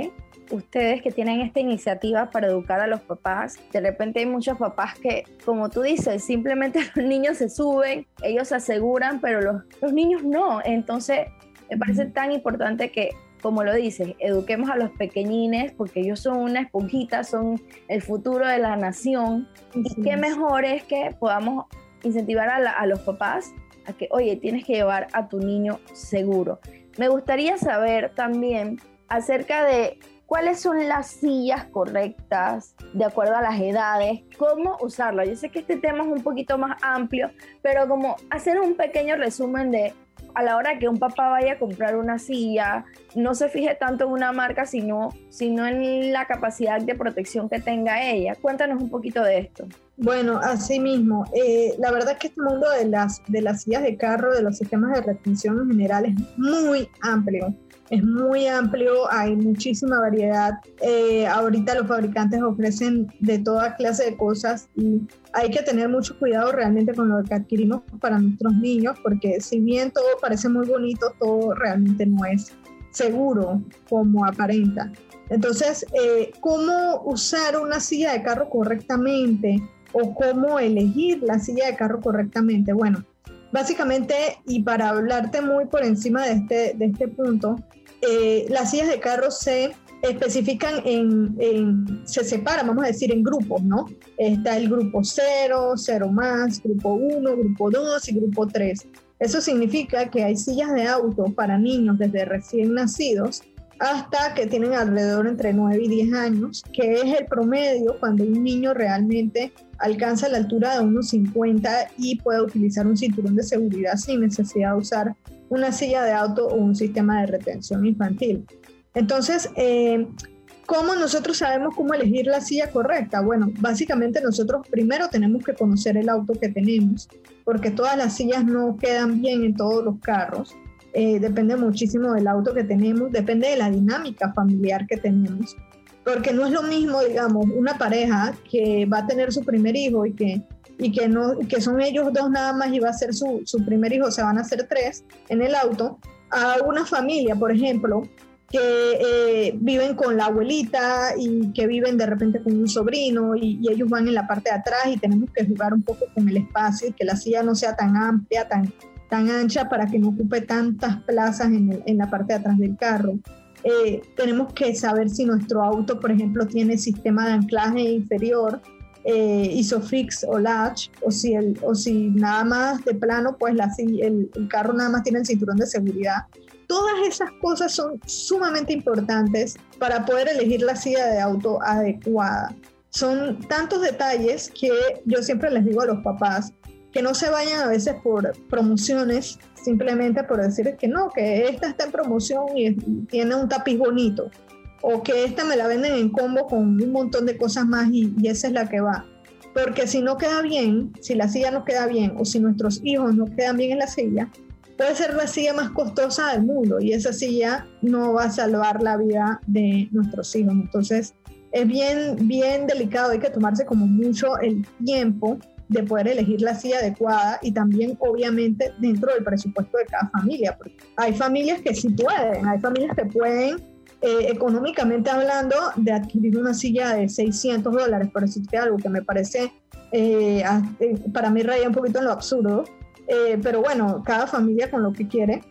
ustedes que tienen esta iniciativa para educar a los papás, de repente hay muchos papás que, como tú dices, simplemente los niños se suben, ellos se aseguran, pero los, los niños no. Entonces, me parece tan importante que, como lo dices, eduquemos a los pequeñines porque ellos son una esponjita, son el futuro de la nación. Sí. Y qué mejor es que podamos incentivar a, la, a los papás a que, oye, tienes que llevar a tu niño seguro. Me gustaría saber también acerca de cuáles son las sillas correctas de acuerdo a las edades, cómo usarlas. Yo sé que este tema es un poquito más amplio, pero como hacer un pequeño resumen de a la hora que un papá vaya a comprar una silla, no se fije tanto en una marca, sino, sino en la capacidad de protección que tenga ella. Cuéntanos un poquito de esto. Bueno, así mismo, eh, la verdad es que este mundo de las, de las sillas de carro, de los sistemas de retención en general es muy amplio. Es muy amplio, hay muchísima variedad. Eh, ahorita los fabricantes ofrecen de toda clase de cosas y hay que tener mucho cuidado realmente con lo que adquirimos para nuestros niños, porque si bien todo parece muy bonito, todo realmente no es seguro como aparenta. Entonces, eh, ¿cómo usar una silla de carro correctamente o cómo elegir la silla de carro correctamente? Bueno, básicamente, y para hablarte muy por encima de este, de este punto, eh, las sillas de carro se especifican en, en, se separan, vamos a decir, en grupos, ¿no? Está el grupo cero, cero más, grupo uno, grupo dos y grupo tres. Eso significa que hay sillas de auto para niños desde recién nacidos hasta que tienen alrededor entre nueve y diez años, que es el promedio cuando un niño realmente alcanza la altura de uno cincuenta y puede utilizar un cinturón de seguridad sin necesidad de usar una silla de auto o un sistema de retención infantil. Entonces, eh, ¿cómo nosotros sabemos cómo elegir la silla correcta? Bueno, básicamente nosotros primero tenemos que conocer el auto que tenemos, porque todas las sillas no quedan bien en todos los carros. Eh, depende muchísimo del auto que tenemos, depende de la dinámica familiar que tenemos, porque no es lo mismo, digamos, una pareja que va a tener su primer hijo y que, y que, no, que son ellos dos nada más y va a ser su, su primer hijo, o sea, van a ser tres en el auto, a una familia, por ejemplo, que eh, viven con la abuelita y que viven de repente con un sobrino y, y ellos van en la parte de atrás y tenemos que jugar un poco con el espacio y que la silla no sea tan amplia, tan tan ancha para que no ocupe tantas plazas en, el, en la parte de atrás del carro. Eh, tenemos que saber si nuestro auto, por ejemplo, tiene sistema de anclaje inferior, eh, ISOFIX o latch, o si, el, o si nada más de plano, pues la, el, el carro nada más tiene el cinturón de seguridad. Todas esas cosas son sumamente importantes para poder elegir la silla de auto adecuada. Son tantos detalles que yo siempre les digo a los papás, que no se vayan a veces por promociones, simplemente por decir que no, que esta está en promoción y tiene un tapiz bonito, o que esta me la venden en combo con un montón de cosas más y, y esa es la que va. Porque si no queda bien, si la silla no queda bien, o si nuestros hijos no quedan bien en la silla, puede ser la silla más costosa del mundo y esa silla no va a salvar la vida de nuestros hijos. Entonces, es bien, bien delicado, hay que tomarse como mucho el tiempo de poder elegir la silla adecuada y también obviamente dentro del presupuesto de cada familia, porque hay familias que sí pueden, hay familias que pueden eh, económicamente hablando de adquirir una silla de seiscientos dólares, por decirte algo que me parece, eh, para mí raya un poquito en lo absurdo, eh, pero bueno, cada familia con lo que quiere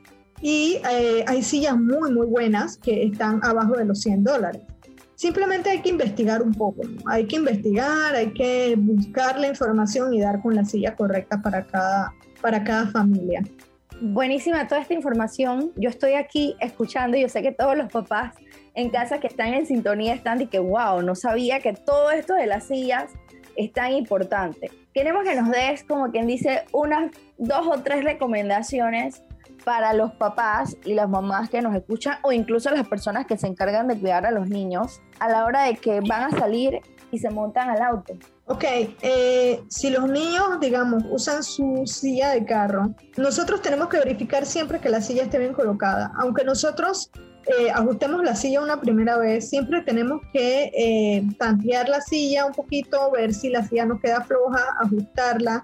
y eh, hay sillas muy muy buenas que están abajo de los cien dólares. Simplemente hay que investigar un poco, ¿no? Hay que investigar, hay que buscar la información y dar con la silla correcta para cada, para cada familia. Buenísima toda esta información. Yo estoy aquí escuchando y yo sé que todos los papás en casa que están en sintonía están de que wow, no sabía que todo esto de las sillas es tan importante. Queremos que nos des, como quien dice, unas dos o tres recomendaciones para los papás y las mamás que nos escuchan o incluso las personas que se encargan de cuidar a los niños a la hora de que van a salir y se montan al auto. Ok, eh, si los niños, digamos, usan su silla de carro, nosotros tenemos que verificar siempre que la silla esté bien colocada. Aunque nosotros eh, ajustemos la silla una primera vez, siempre tenemos que eh, tantear la silla un poquito, ver si la silla nos queda floja, ajustarla,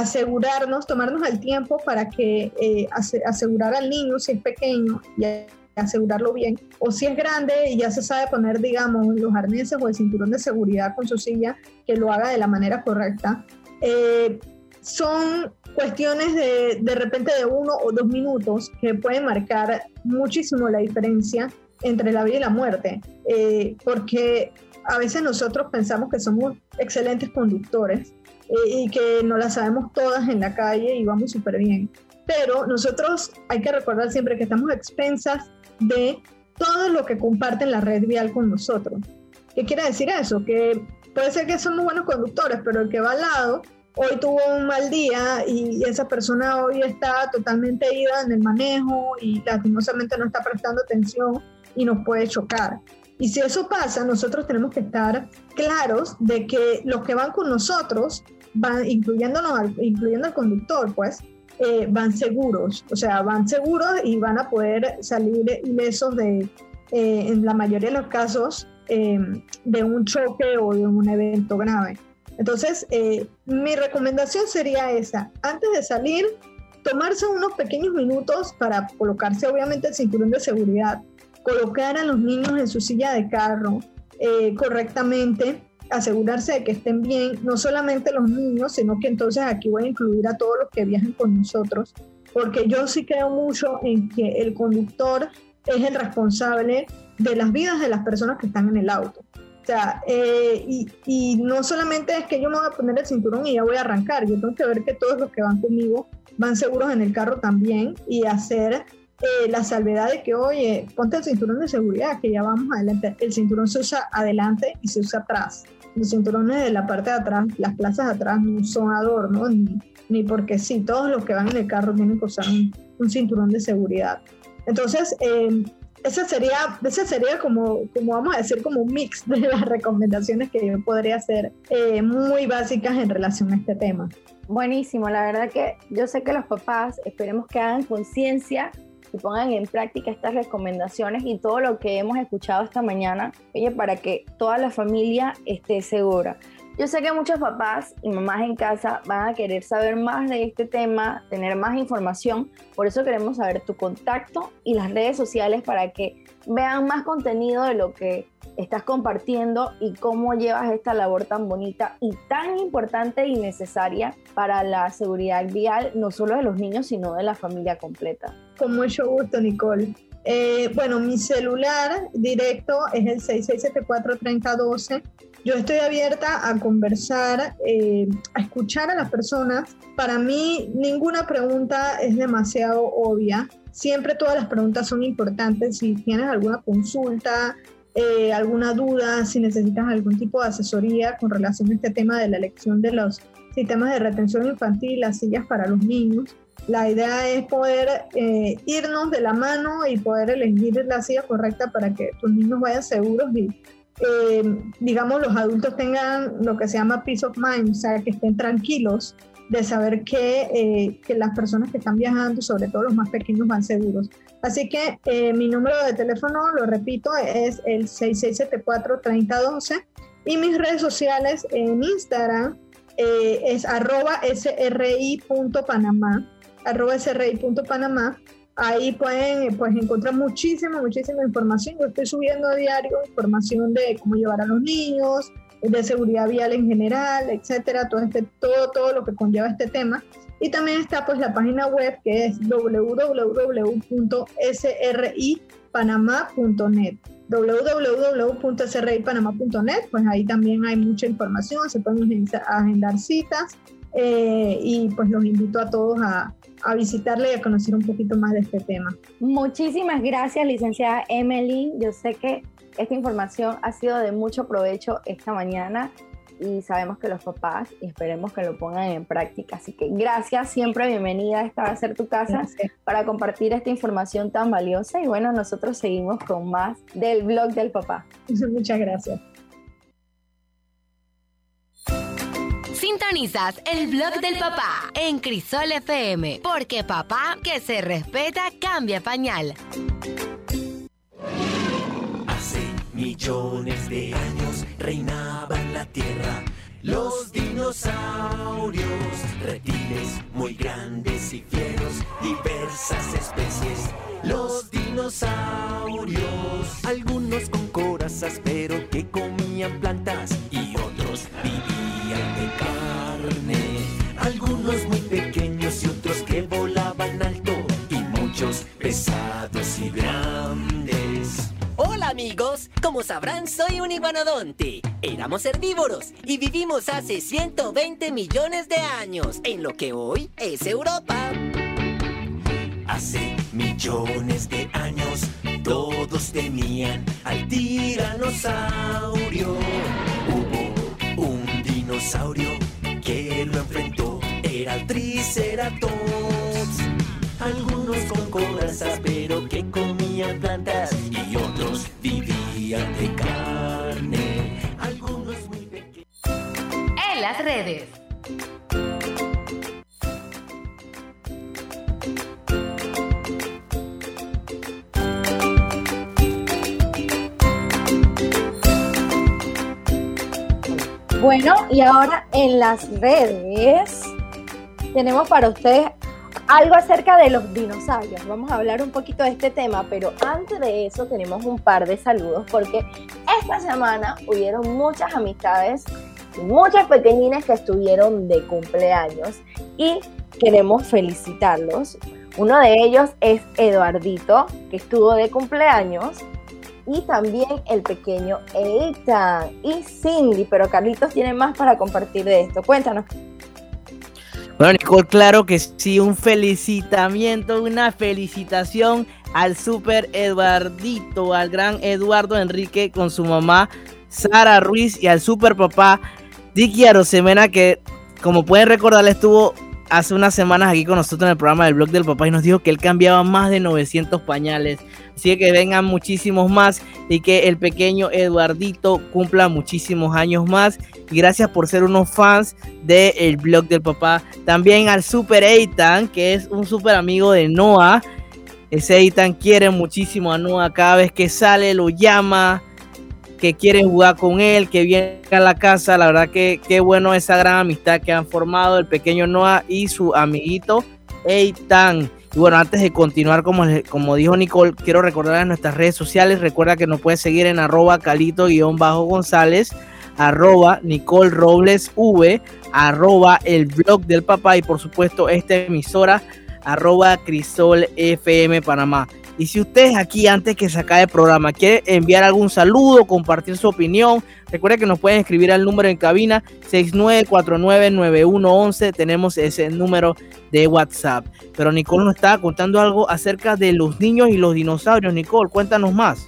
asegurarnos, tomarnos el tiempo para que eh, asegurar al niño si es pequeño y asegurarlo bien. O si es grande y ya se sabe poner, digamos, los arneses o el cinturón de seguridad con su silla, que lo haga de la manera correcta. Eh, son cuestiones de, de repente de uno o dos minutos que pueden marcar muchísimo la diferencia entre la vida y la muerte, eh, porque a veces nosotros pensamos que somos excelentes conductores eh, y que no las sabemos todas en la calle y vamos súper bien, pero nosotros hay que recordar siempre que estamos a expensas de todo lo que comparten la red vial con nosotros. ¿Qué quiere decir eso? Que puede ser que somos buenos conductores, pero el que va al lado hoy tuvo un mal día y esa persona hoy está totalmente ida en el manejo y lastimosamente no está prestando atención y nos puede chocar. Y si eso pasa, nosotros tenemos que estar claros de que los que van con nosotros, van, incluyéndonos al, incluyendo al conductor, pues, eh, van seguros. O sea, van seguros y van a poder salir ilesos de, eh, en la mayoría de los casos, eh, de un choque o de un evento grave. Entonces, eh, mi recomendación sería esa. Antes de salir, tomarse unos pequeños minutos para colocarse obviamente el cinturón de seguridad, colocar a los niños en su silla de carro eh, correctamente, asegurarse de que estén bien, no solamente los niños, sino que entonces aquí voy a incluir a todos los que viajan con nosotros, porque yo sí creo mucho en que el conductor es el responsable de las vidas de las personas que están en el auto. O sea, eh, y, y no solamente es que yo me voy a poner el cinturón y ya voy a arrancar, yo tengo que ver que todos los que van conmigo van seguros en el carro también y hacer eh, la salvedad de que, oye, ponte el cinturón de seguridad, que ya vamos adelante. El cinturón se usa adelante y se usa atrás. Los cinturones de la parte de atrás, las plazas de atrás no son adornos, ni, ni porque sí, todos los que van en el carro tienen que usar un, un cinturón de seguridad. Entonces, eh, ese sería, ese sería como, como vamos a decir, como un mix de las recomendaciones que yo podría hacer eh, muy básicas en relación a este tema. Buenísimo, la verdad que yo sé que los papás esperemos que hagan conciencia y pongan en práctica estas recomendaciones y todo lo que hemos escuchado esta mañana, oye, para que toda la familia esté segura. Yo sé que muchos papás y mamás en casa van a querer saber más de este tema, tener más información, por eso queremos saber tu contacto y las redes sociales para que vean más contenido de lo que estás compartiendo y cómo llevas esta labor tan bonita y tan importante y necesaria para la seguridad vial, no solo de los niños, sino de la familia completa. Con mucho gusto, Nicole. Eh, bueno, mi celular directo es el seis seis siete cuatro, tres cero uno dos. Yo estoy abierta a conversar, eh, a escuchar a las personas. Para mí, ninguna pregunta es demasiado obvia. Siempre todas las preguntas son importantes. Si tienes alguna consulta, eh, alguna duda, si necesitas algún tipo de asesoría con relación a este tema de la elección de los sistemas de retención infantil y las sillas para los niños, la idea es poder eh, irnos de la mano y poder elegir la silla correcta para que tus niños vayan seguros y, eh, digamos, los adultos tengan lo que se llama peace of mind, o sea, que estén tranquilos de saber que, eh, que las personas que están viajando, sobre todo los más pequeños, van seguros. Así que eh, mi número de teléfono, lo repito, es el seis seis siete cuatro, tres cero uno dos y mis redes sociales en Instagram eh, es arroba sri.panamá. arroba sri.panamá. Ahí pueden pues, encontrar muchísima, muchísima información. Yo estoy subiendo a diario información de cómo llevar a los niños, de seguridad vial en general, etcétera, todo, este, todo, todo lo que conlleva este tema. Y también está pues la página web que es w w w punto s r i panamá punto net. w w w punto s r i panamá punto net, pues ahí también hay mucha información, se pueden agendar citas eh, y pues los invito a todos a a visitarle y a conocer un poquito más de este tema. Muchísimas gracias, licenciada Emily. Yo sé que esta información ha sido de mucho provecho esta mañana y sabemos que los papás, y esperemos que lo pongan en práctica. Así que gracias, siempre bienvenida. Esta va a ser tu casa gracias. Para compartir esta información tan valiosa. Y bueno, nosotros seguimos con más del blog del papá. Muchas gracias. Sintonizas el blog del papá en Crisol F M, porque papá que se respeta cambia pañal. Hace millones de años reinaban la tierra los dinosaurios, reptiles muy grandes y fieros, diversas especies los dinosaurios. Algunos con corazas pero que comían plantas y otros vivían de carne. Algunos muy pequeños y otros que volaban alto y muchos pesados y grandes. Hola amigos, como sabrán soy un iguanodonte. Éramos herbívoros y vivimos hace ciento veinte millones de años en lo que hoy es Europa. Hace millones de años todos temían al tiranosaurio. Hubo un dinosaurio que lo enfrentó, era el Triceratops. Algunos con corazas pero que comían plantas y otros vivían de carne. Algunos muy pequeños. En las redes. Bueno, y ahora en las redes tenemos para ustedes algo acerca de los dinosaurios. Vamos a hablar un poquito de este tema, pero antes de eso tenemos un par de saludos porque esta semana hubieron muchas amistades y muchas pequeñines que estuvieron de cumpleaños y queremos felicitarlos. Uno de ellos es Eduardito, que estuvo de cumpleaños, y también el pequeño Eitan y Cindy, pero Carlitos tiene más para compartir de esto. Cuéntanos. Bueno, Nicole, claro que sí, un felicitamiento, una felicitación al super Eduardito, al gran Eduardo Enrique con su mamá Sara Ruiz y al super papá Dicky Arosemena, que como pueden recordar estuvo hace unas semanas aquí con nosotros en el programa del Blog del Papá y nos dijo que él cambiaba más de novecientos pañales. Así que vengan muchísimos más y que el pequeño Eduardito cumpla muchísimos años más. Y gracias por ser unos fans del Blog del Papá. También al Super Eitan, que es un super amigo de Noah. Ese Eitan quiere muchísimo a Noah. Cada vez que sale lo llama, que quiere jugar con él, que viene a la casa. La verdad que qué bueno esa gran amistad que han formado el pequeño Noah y su amiguito Eitan. Y bueno, antes de continuar, como, como dijo Nicole, quiero recordarles nuestras redes sociales. Recuerda que nos puedes seguir en arroba calito-gonzález, arroba Nicole Robles V, arroba el blog del papá y por supuesto esta emisora, arroba Crisol F M Panamá. Y si ustedes aquí, antes que se acabe el programa, quieren enviar algún saludo, compartir su opinión, recuerden que nos pueden escribir al número en cabina seis nueve cuatro nueve nueve uno uno. Tenemos ese número de WhatsApp. Pero Nicole nos estaba contando algo acerca de los niños y los dinosaurios. Nicole, cuéntanos más.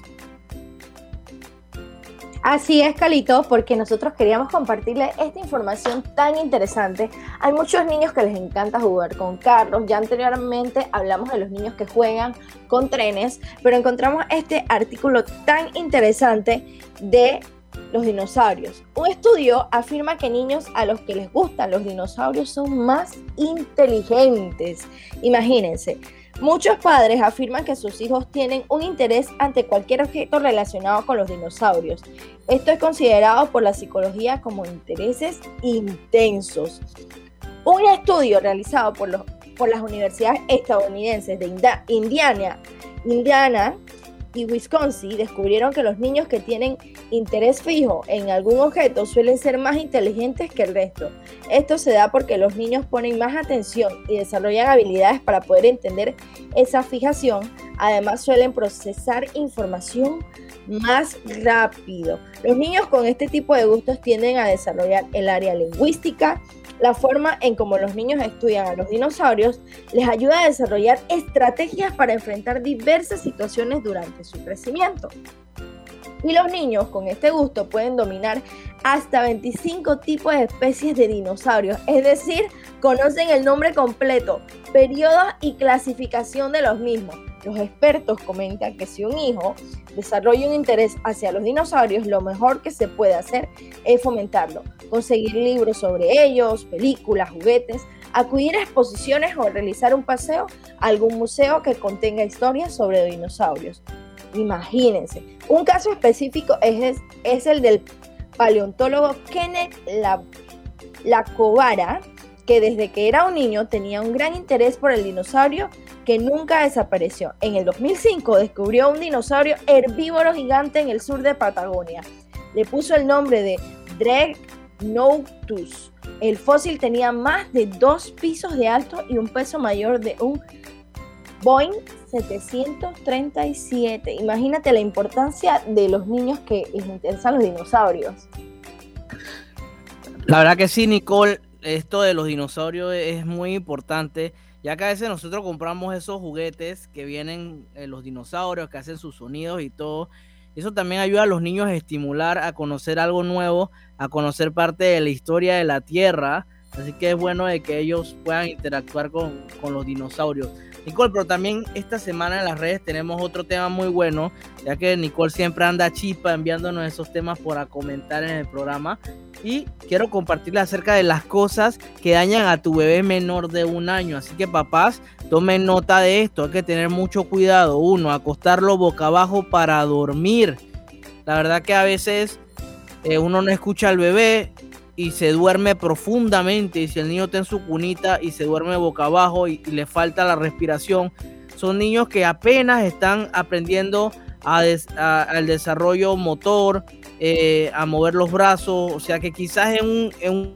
Así es, Calito, porque nosotros queríamos compartirles esta información tan interesante. Hay muchos niños que les encanta jugar con carros. Ya anteriormente hablamos de los niños que juegan con trenes, pero encontramos este artículo tan interesante de los dinosaurios. Un estudio afirma que niños a los que les gustan los dinosaurios son más inteligentes. Imagínense. Muchos padres afirman que sus hijos tienen un interés ante cualquier objeto relacionado con los dinosaurios. Esto es considerado por la psicología como intereses intensos. Un estudio realizado por, los, por las universidades estadounidenses de Inda, Indiana, Indiana y Wisconsin descubrieron que los niños que tienen interés fijo en algún objeto suelen ser más inteligentes que el resto. Esto se da porque los niños ponen más atención y desarrollan habilidades para poder entender esa fijación. Además, suelen procesar información más rápido. Los niños con este tipo de gustos tienden a desarrollar el área lingüística. La forma en cómo los niños estudian a los dinosaurios les ayuda a desarrollar estrategias para enfrentar diversas situaciones durante su crecimiento. Y los niños con este gusto pueden dominar hasta veinticinco tipos de especies de dinosaurios, es decir, conocen el nombre completo, periodos y clasificación de los mismos. Los expertos comentan que si un hijo desarrolla un interés hacia los dinosaurios, lo mejor que se puede hacer es fomentarlo, conseguir libros sobre ellos, películas, juguetes, acudir a exposiciones o realizar un paseo a algún museo que contenga historias sobre dinosaurios. Imagínense, un caso específico es, es el del paleontólogo Kenneth Lacovara, que desde que era un niño tenía un gran interés por el dinosaurio que nunca desapareció. En el dos mil cinco descubrió un dinosaurio herbívoro gigante en el sur de Patagonia. Le puso el nombre de Dreadnoughtus. El fósil tenía más de dos pisos de alto y un peso mayor de un Boeing setecientos treinta y siete. Imagínate la importancia de los niños que les interesan los dinosaurios. La verdad que sí, Nicole, esto de los dinosaurios es muy importante, ya que a veces nosotros compramos esos juguetes que vienen eh, los dinosaurios, que hacen sus sonidos y todo. Eso también ayuda a los niños a estimular, a conocer algo nuevo, a conocer parte de la historia de la Tierra. Así que es bueno de que ellos puedan interactuar con, con los dinosaurios. Nicole, pero también esta semana en las redes tenemos otro tema muy bueno, ya que Nicole siempre anda chispa enviándonos esos temas para comentar en el programa. Y quiero compartirles acerca de las cosas que dañan a tu bebé menor de un año. Así que papás, tomen nota de esto. Hay que tener mucho cuidado. Uno, acostarlo boca abajo para dormir. La verdad que a veces eh, uno no escucha al bebé y se duerme profundamente. Y si el niño está en su cunita y se duerme boca abajo y, y le falta la respiración, son niños que apenas están aprendiendo a des, a, al desarrollo motor, eh, a mover los brazos. O sea que quizás en, un, en, un,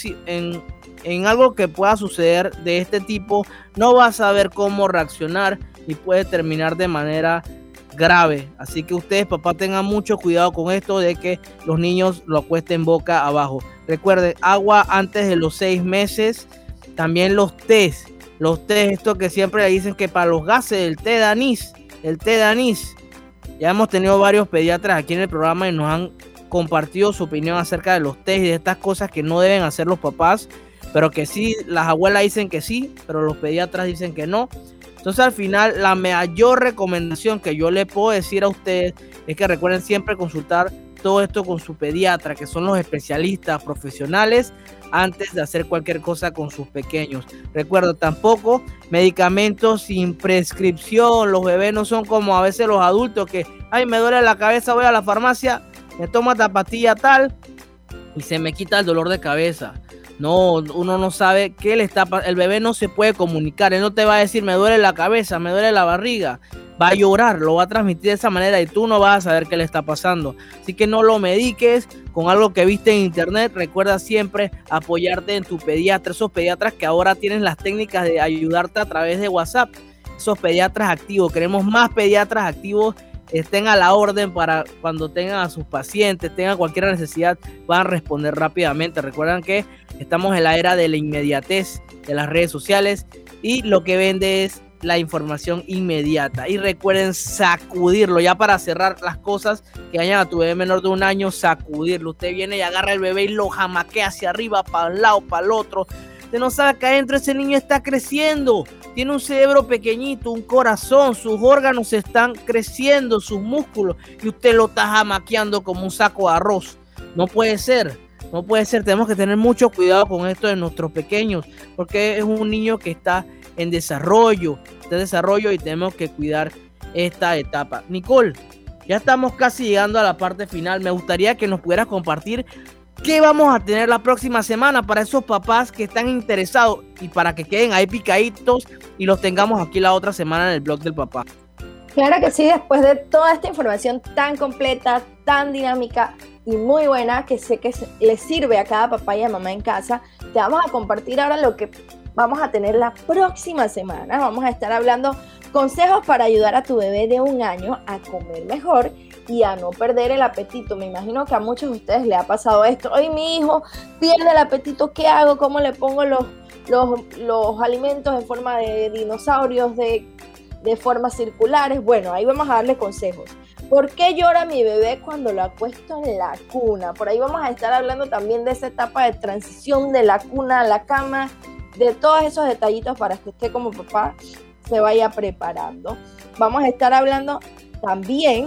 en, en algo que pueda suceder de este tipo no vas a saber cómo reaccionar y puede terminar de manera grave. Así que ustedes, papá, tengan mucho cuidado con esto de que los niños lo acuesten boca abajo. Recuerden, agua antes de los seis meses. También los tés, los tés, esto que siempre le dicen que para los gases, el té de anís, el té de anís. Ya hemos tenido varios pediatras aquí en el programa y nos han compartido su opinión acerca de los tés y de estas cosas que no deben hacer los papás, pero que sí, las abuelas dicen que sí, pero los pediatras dicen que no. Entonces al final la mayor recomendación que yo le puedo decir a ustedes es que recuerden siempre consultar todo esto con su pediatra, que son los especialistas profesionales, antes de hacer cualquier cosa con sus pequeños. Recuerda, tampoco medicamentos sin prescripción. Los bebés no son como a veces los adultos que, ay, me duele la cabeza, voy a la farmacia, me tomo esta pastilla tal y se me quita el dolor de cabeza. No, uno no sabe qué le está pasando. El bebé no se puede comunicar. Él no te va a decir, me duele la cabeza, me duele la barriga. Va a llorar, lo va a transmitir de esa manera y tú no vas a saber qué le está pasando. Así que no lo mediques con algo que viste en internet. Recuerda siempre apoyarte en tu pediatra. Esos pediatras que ahora tienen las técnicas de ayudarte a través de WhatsApp. Esos pediatras activos. Queremos más pediatras activos. Estén a la orden para cuando tengan a sus pacientes, tengan cualquier necesidad, puedan responder rápidamente. Recuerden que estamos en la era de la inmediatez de las redes sociales y lo que vende es la información inmediata. Y recuerden sacudirlo, ya para cerrar las cosas que dañan a tu bebé menor de un año, sacudirlo. Usted viene y agarra el bebé y lo jamaquea hacia arriba, para un lado, para el otro. Usted no sabe que adentro ese niño está creciendo. Tiene un cerebro pequeñito, un corazón, sus órganos están creciendo, sus músculos, y usted lo está jamaqueando como un saco de arroz. No puede ser, no puede ser. Tenemos que tener mucho cuidado con esto de nuestros pequeños, porque es un niño que está en desarrollo, está en desarrollo y tenemos que cuidar esta etapa. Nicole, ya estamos casi llegando a la parte final. Me gustaría que nos pudieras compartir qué vamos a tener la próxima semana para esos papás que están interesados y para que queden ahí picaditos y los tengamos aquí la otra semana en el blog del papá. Claro que sí, después de toda esta información tan completa, tan dinámica y muy buena, que sé que les sirve a cada papá y a mamá en casa, te vamos a compartir ahora lo que vamos a tener la próxima semana. Vamos a estar hablando consejos para ayudar a tu bebé de un año a comer mejor y a no perder el apetito. Me imagino que a muchos de ustedes le ha pasado esto. Hoy mi hijo pierde el apetito, ¿qué hago? ¿Cómo le pongo los, los, los alimentos en forma de dinosaurios, de, de formas circulares? Bueno, ahí vamos a darle consejos. ¿Por qué llora mi bebé cuando lo acuesto en la cuna? Por ahí vamos a estar hablando también de esa etapa de transición de la cuna a la cama, de todos esos detallitos para que usted como papá se vaya preparando. Vamos a estar hablando también,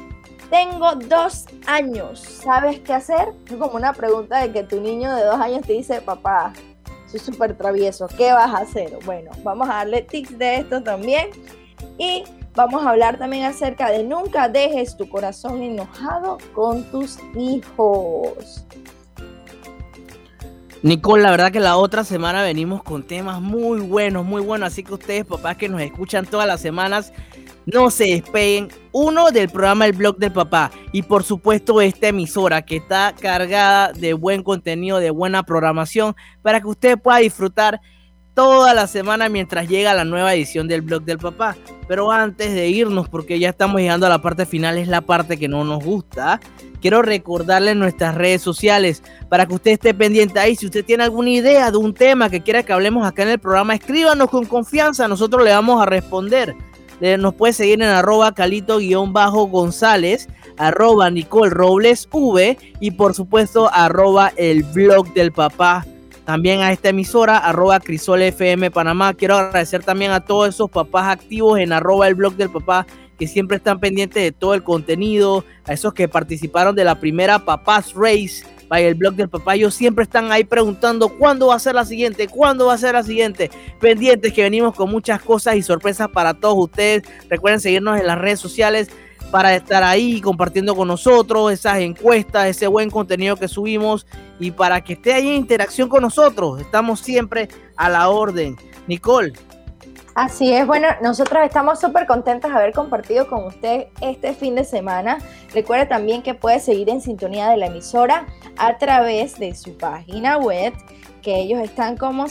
tengo dos años, ¿sabes qué hacer? Es como una pregunta de que tu niño de dos años te dice, papá, soy súper travieso, ¿qué vas a hacer? Bueno, vamos a darle tips de esto también y vamos a hablar también acerca de nunca dejes tu corazón enojado con tus hijos. Nicole, la verdad que la otra semana venimos con temas muy buenos, muy buenos, así que ustedes, papás que nos escuchan todas las semanas, no se despeguen, uno del programa El Blog del Papá y por supuesto esta emisora que está cargada de buen contenido, de buena programación para que usted pueda disfrutar toda la semana mientras llega la nueva edición del Blog del Papá. Pero antes de irnos, porque ya estamos llegando a la parte final, es la parte que no nos gusta, quiero recordarles nuestras redes sociales para que usted esté pendiente ahí. Si usted tiene alguna idea de un tema que quiera que hablemos acá en el programa, escríbanos con confianza, nosotros le vamos a responder. Nos puede seguir en arroba calito-gonzález, arroba Nicole Robles V y por supuesto arroba el Blog del Papá. También a esta emisora, arroba Crisol F M Panamá. Quiero agradecer también a todos esos papás activos en arroba el Blog del Papá que siempre están pendientes de todo el contenido, a esos que participaron de la primera Papás Race by el Blog del Papá. Ellos siempre están ahí preguntando cuándo va a ser la siguiente, cuándo va a ser la siguiente. Pendientes que venimos con muchas cosas y sorpresas para todos ustedes. Recuerden seguirnos en las redes sociales para estar ahí compartiendo con nosotros esas encuestas, ese buen contenido que subimos y para que esté ahí en interacción con nosotros. Estamos siempre a la orden. Nicole. Así es, bueno, nosotros estamos súper contentos de haber compartido con usted este fin de semana. Recuerde también que puede seguir en sintonía de la emisora a través de su página web, que ellos están como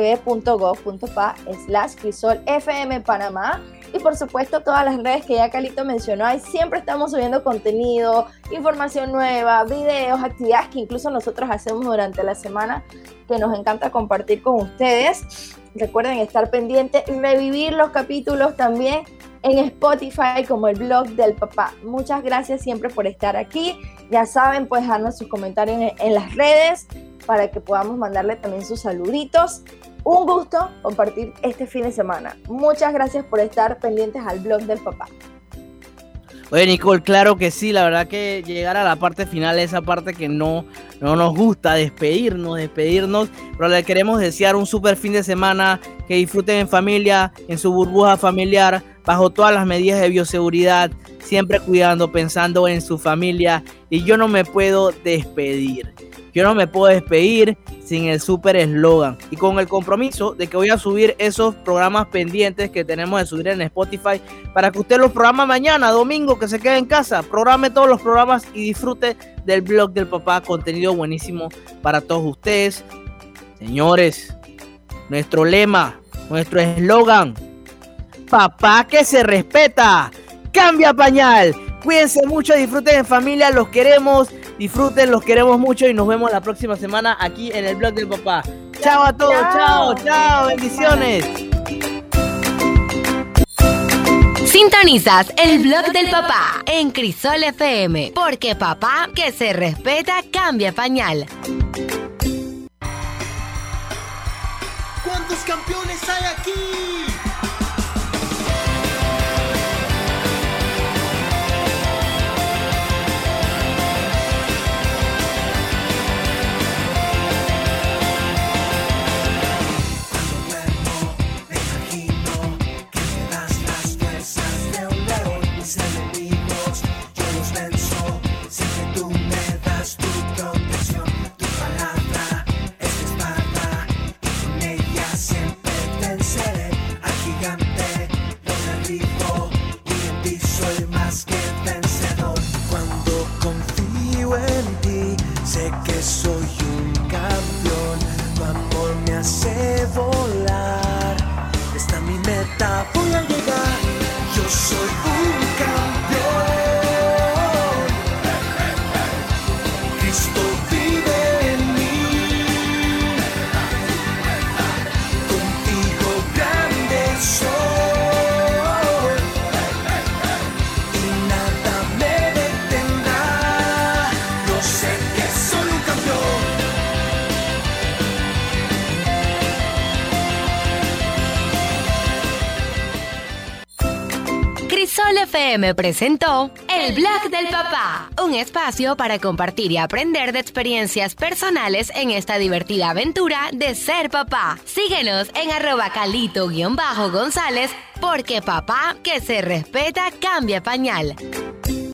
certv.gov.pa slash Crisol FM Panamá. Y por supuesto todas las redes que ya Calito mencionó, ahí siempre estamos subiendo contenido, información nueva, videos, actividades que incluso nosotros hacemos durante la semana que nos encanta compartir con ustedes. Recuerden estar pendientes y revivir los capítulos también en Spotify como el Blog del Papá. Muchas gracias siempre por estar aquí. Ya saben, pues dejarnos sus comentarios en, en las redes para que podamos mandarle también sus saluditos. Un gusto compartir este fin de semana. Muchas gracias por estar pendientes al Blog del Papá. Oye, Nicole, claro que sí, la verdad que llegar a la parte final, esa parte que no, no nos gusta, despedirnos, despedirnos, pero le queremos desear un súper fin de semana, que disfruten en familia, en su burbuja familiar, bajo todas las medidas de bioseguridad, siempre cuidando, pensando en su familia, y yo no me puedo despedir. Yo no me puedo despedir sin el súper eslogan y con el compromiso de que voy a subir esos programas pendientes que tenemos de subir en Spotify para que usted los programa mañana, domingo, que se quede en casa, programe todos los programas y disfrute del Blog del Papá, contenido buenísimo para todos ustedes. Señores, nuestro lema, nuestro eslogan, papá que se respeta, cambia pañal. Cuídense mucho, disfruten en familia, los queremos, disfruten, los queremos mucho y nos vemos la próxima semana aquí en el Blog del Papá. Chao a todos, chao, chao, chao, bendiciones. Sintonizas el Blog del Papá en Crisol F M, porque papá que se respeta cambia pañal. ¿Cuántos campeones hay aquí? Sé que soy un campeón, tu amor me hace volar. Esta es mi meta, voy a llegar. Yo soy un campeón. Cristo vive en mí. Contigo grande soy. Y nada me detendrá. Yo sé que soy un campeón. Crisol F M presentó El Blog del Papá, un espacio para compartir y aprender de experiencias personales en esta divertida aventura de ser papá. Síguenos en arroba calito-gonzález, porque papá que se respeta cambia pañal.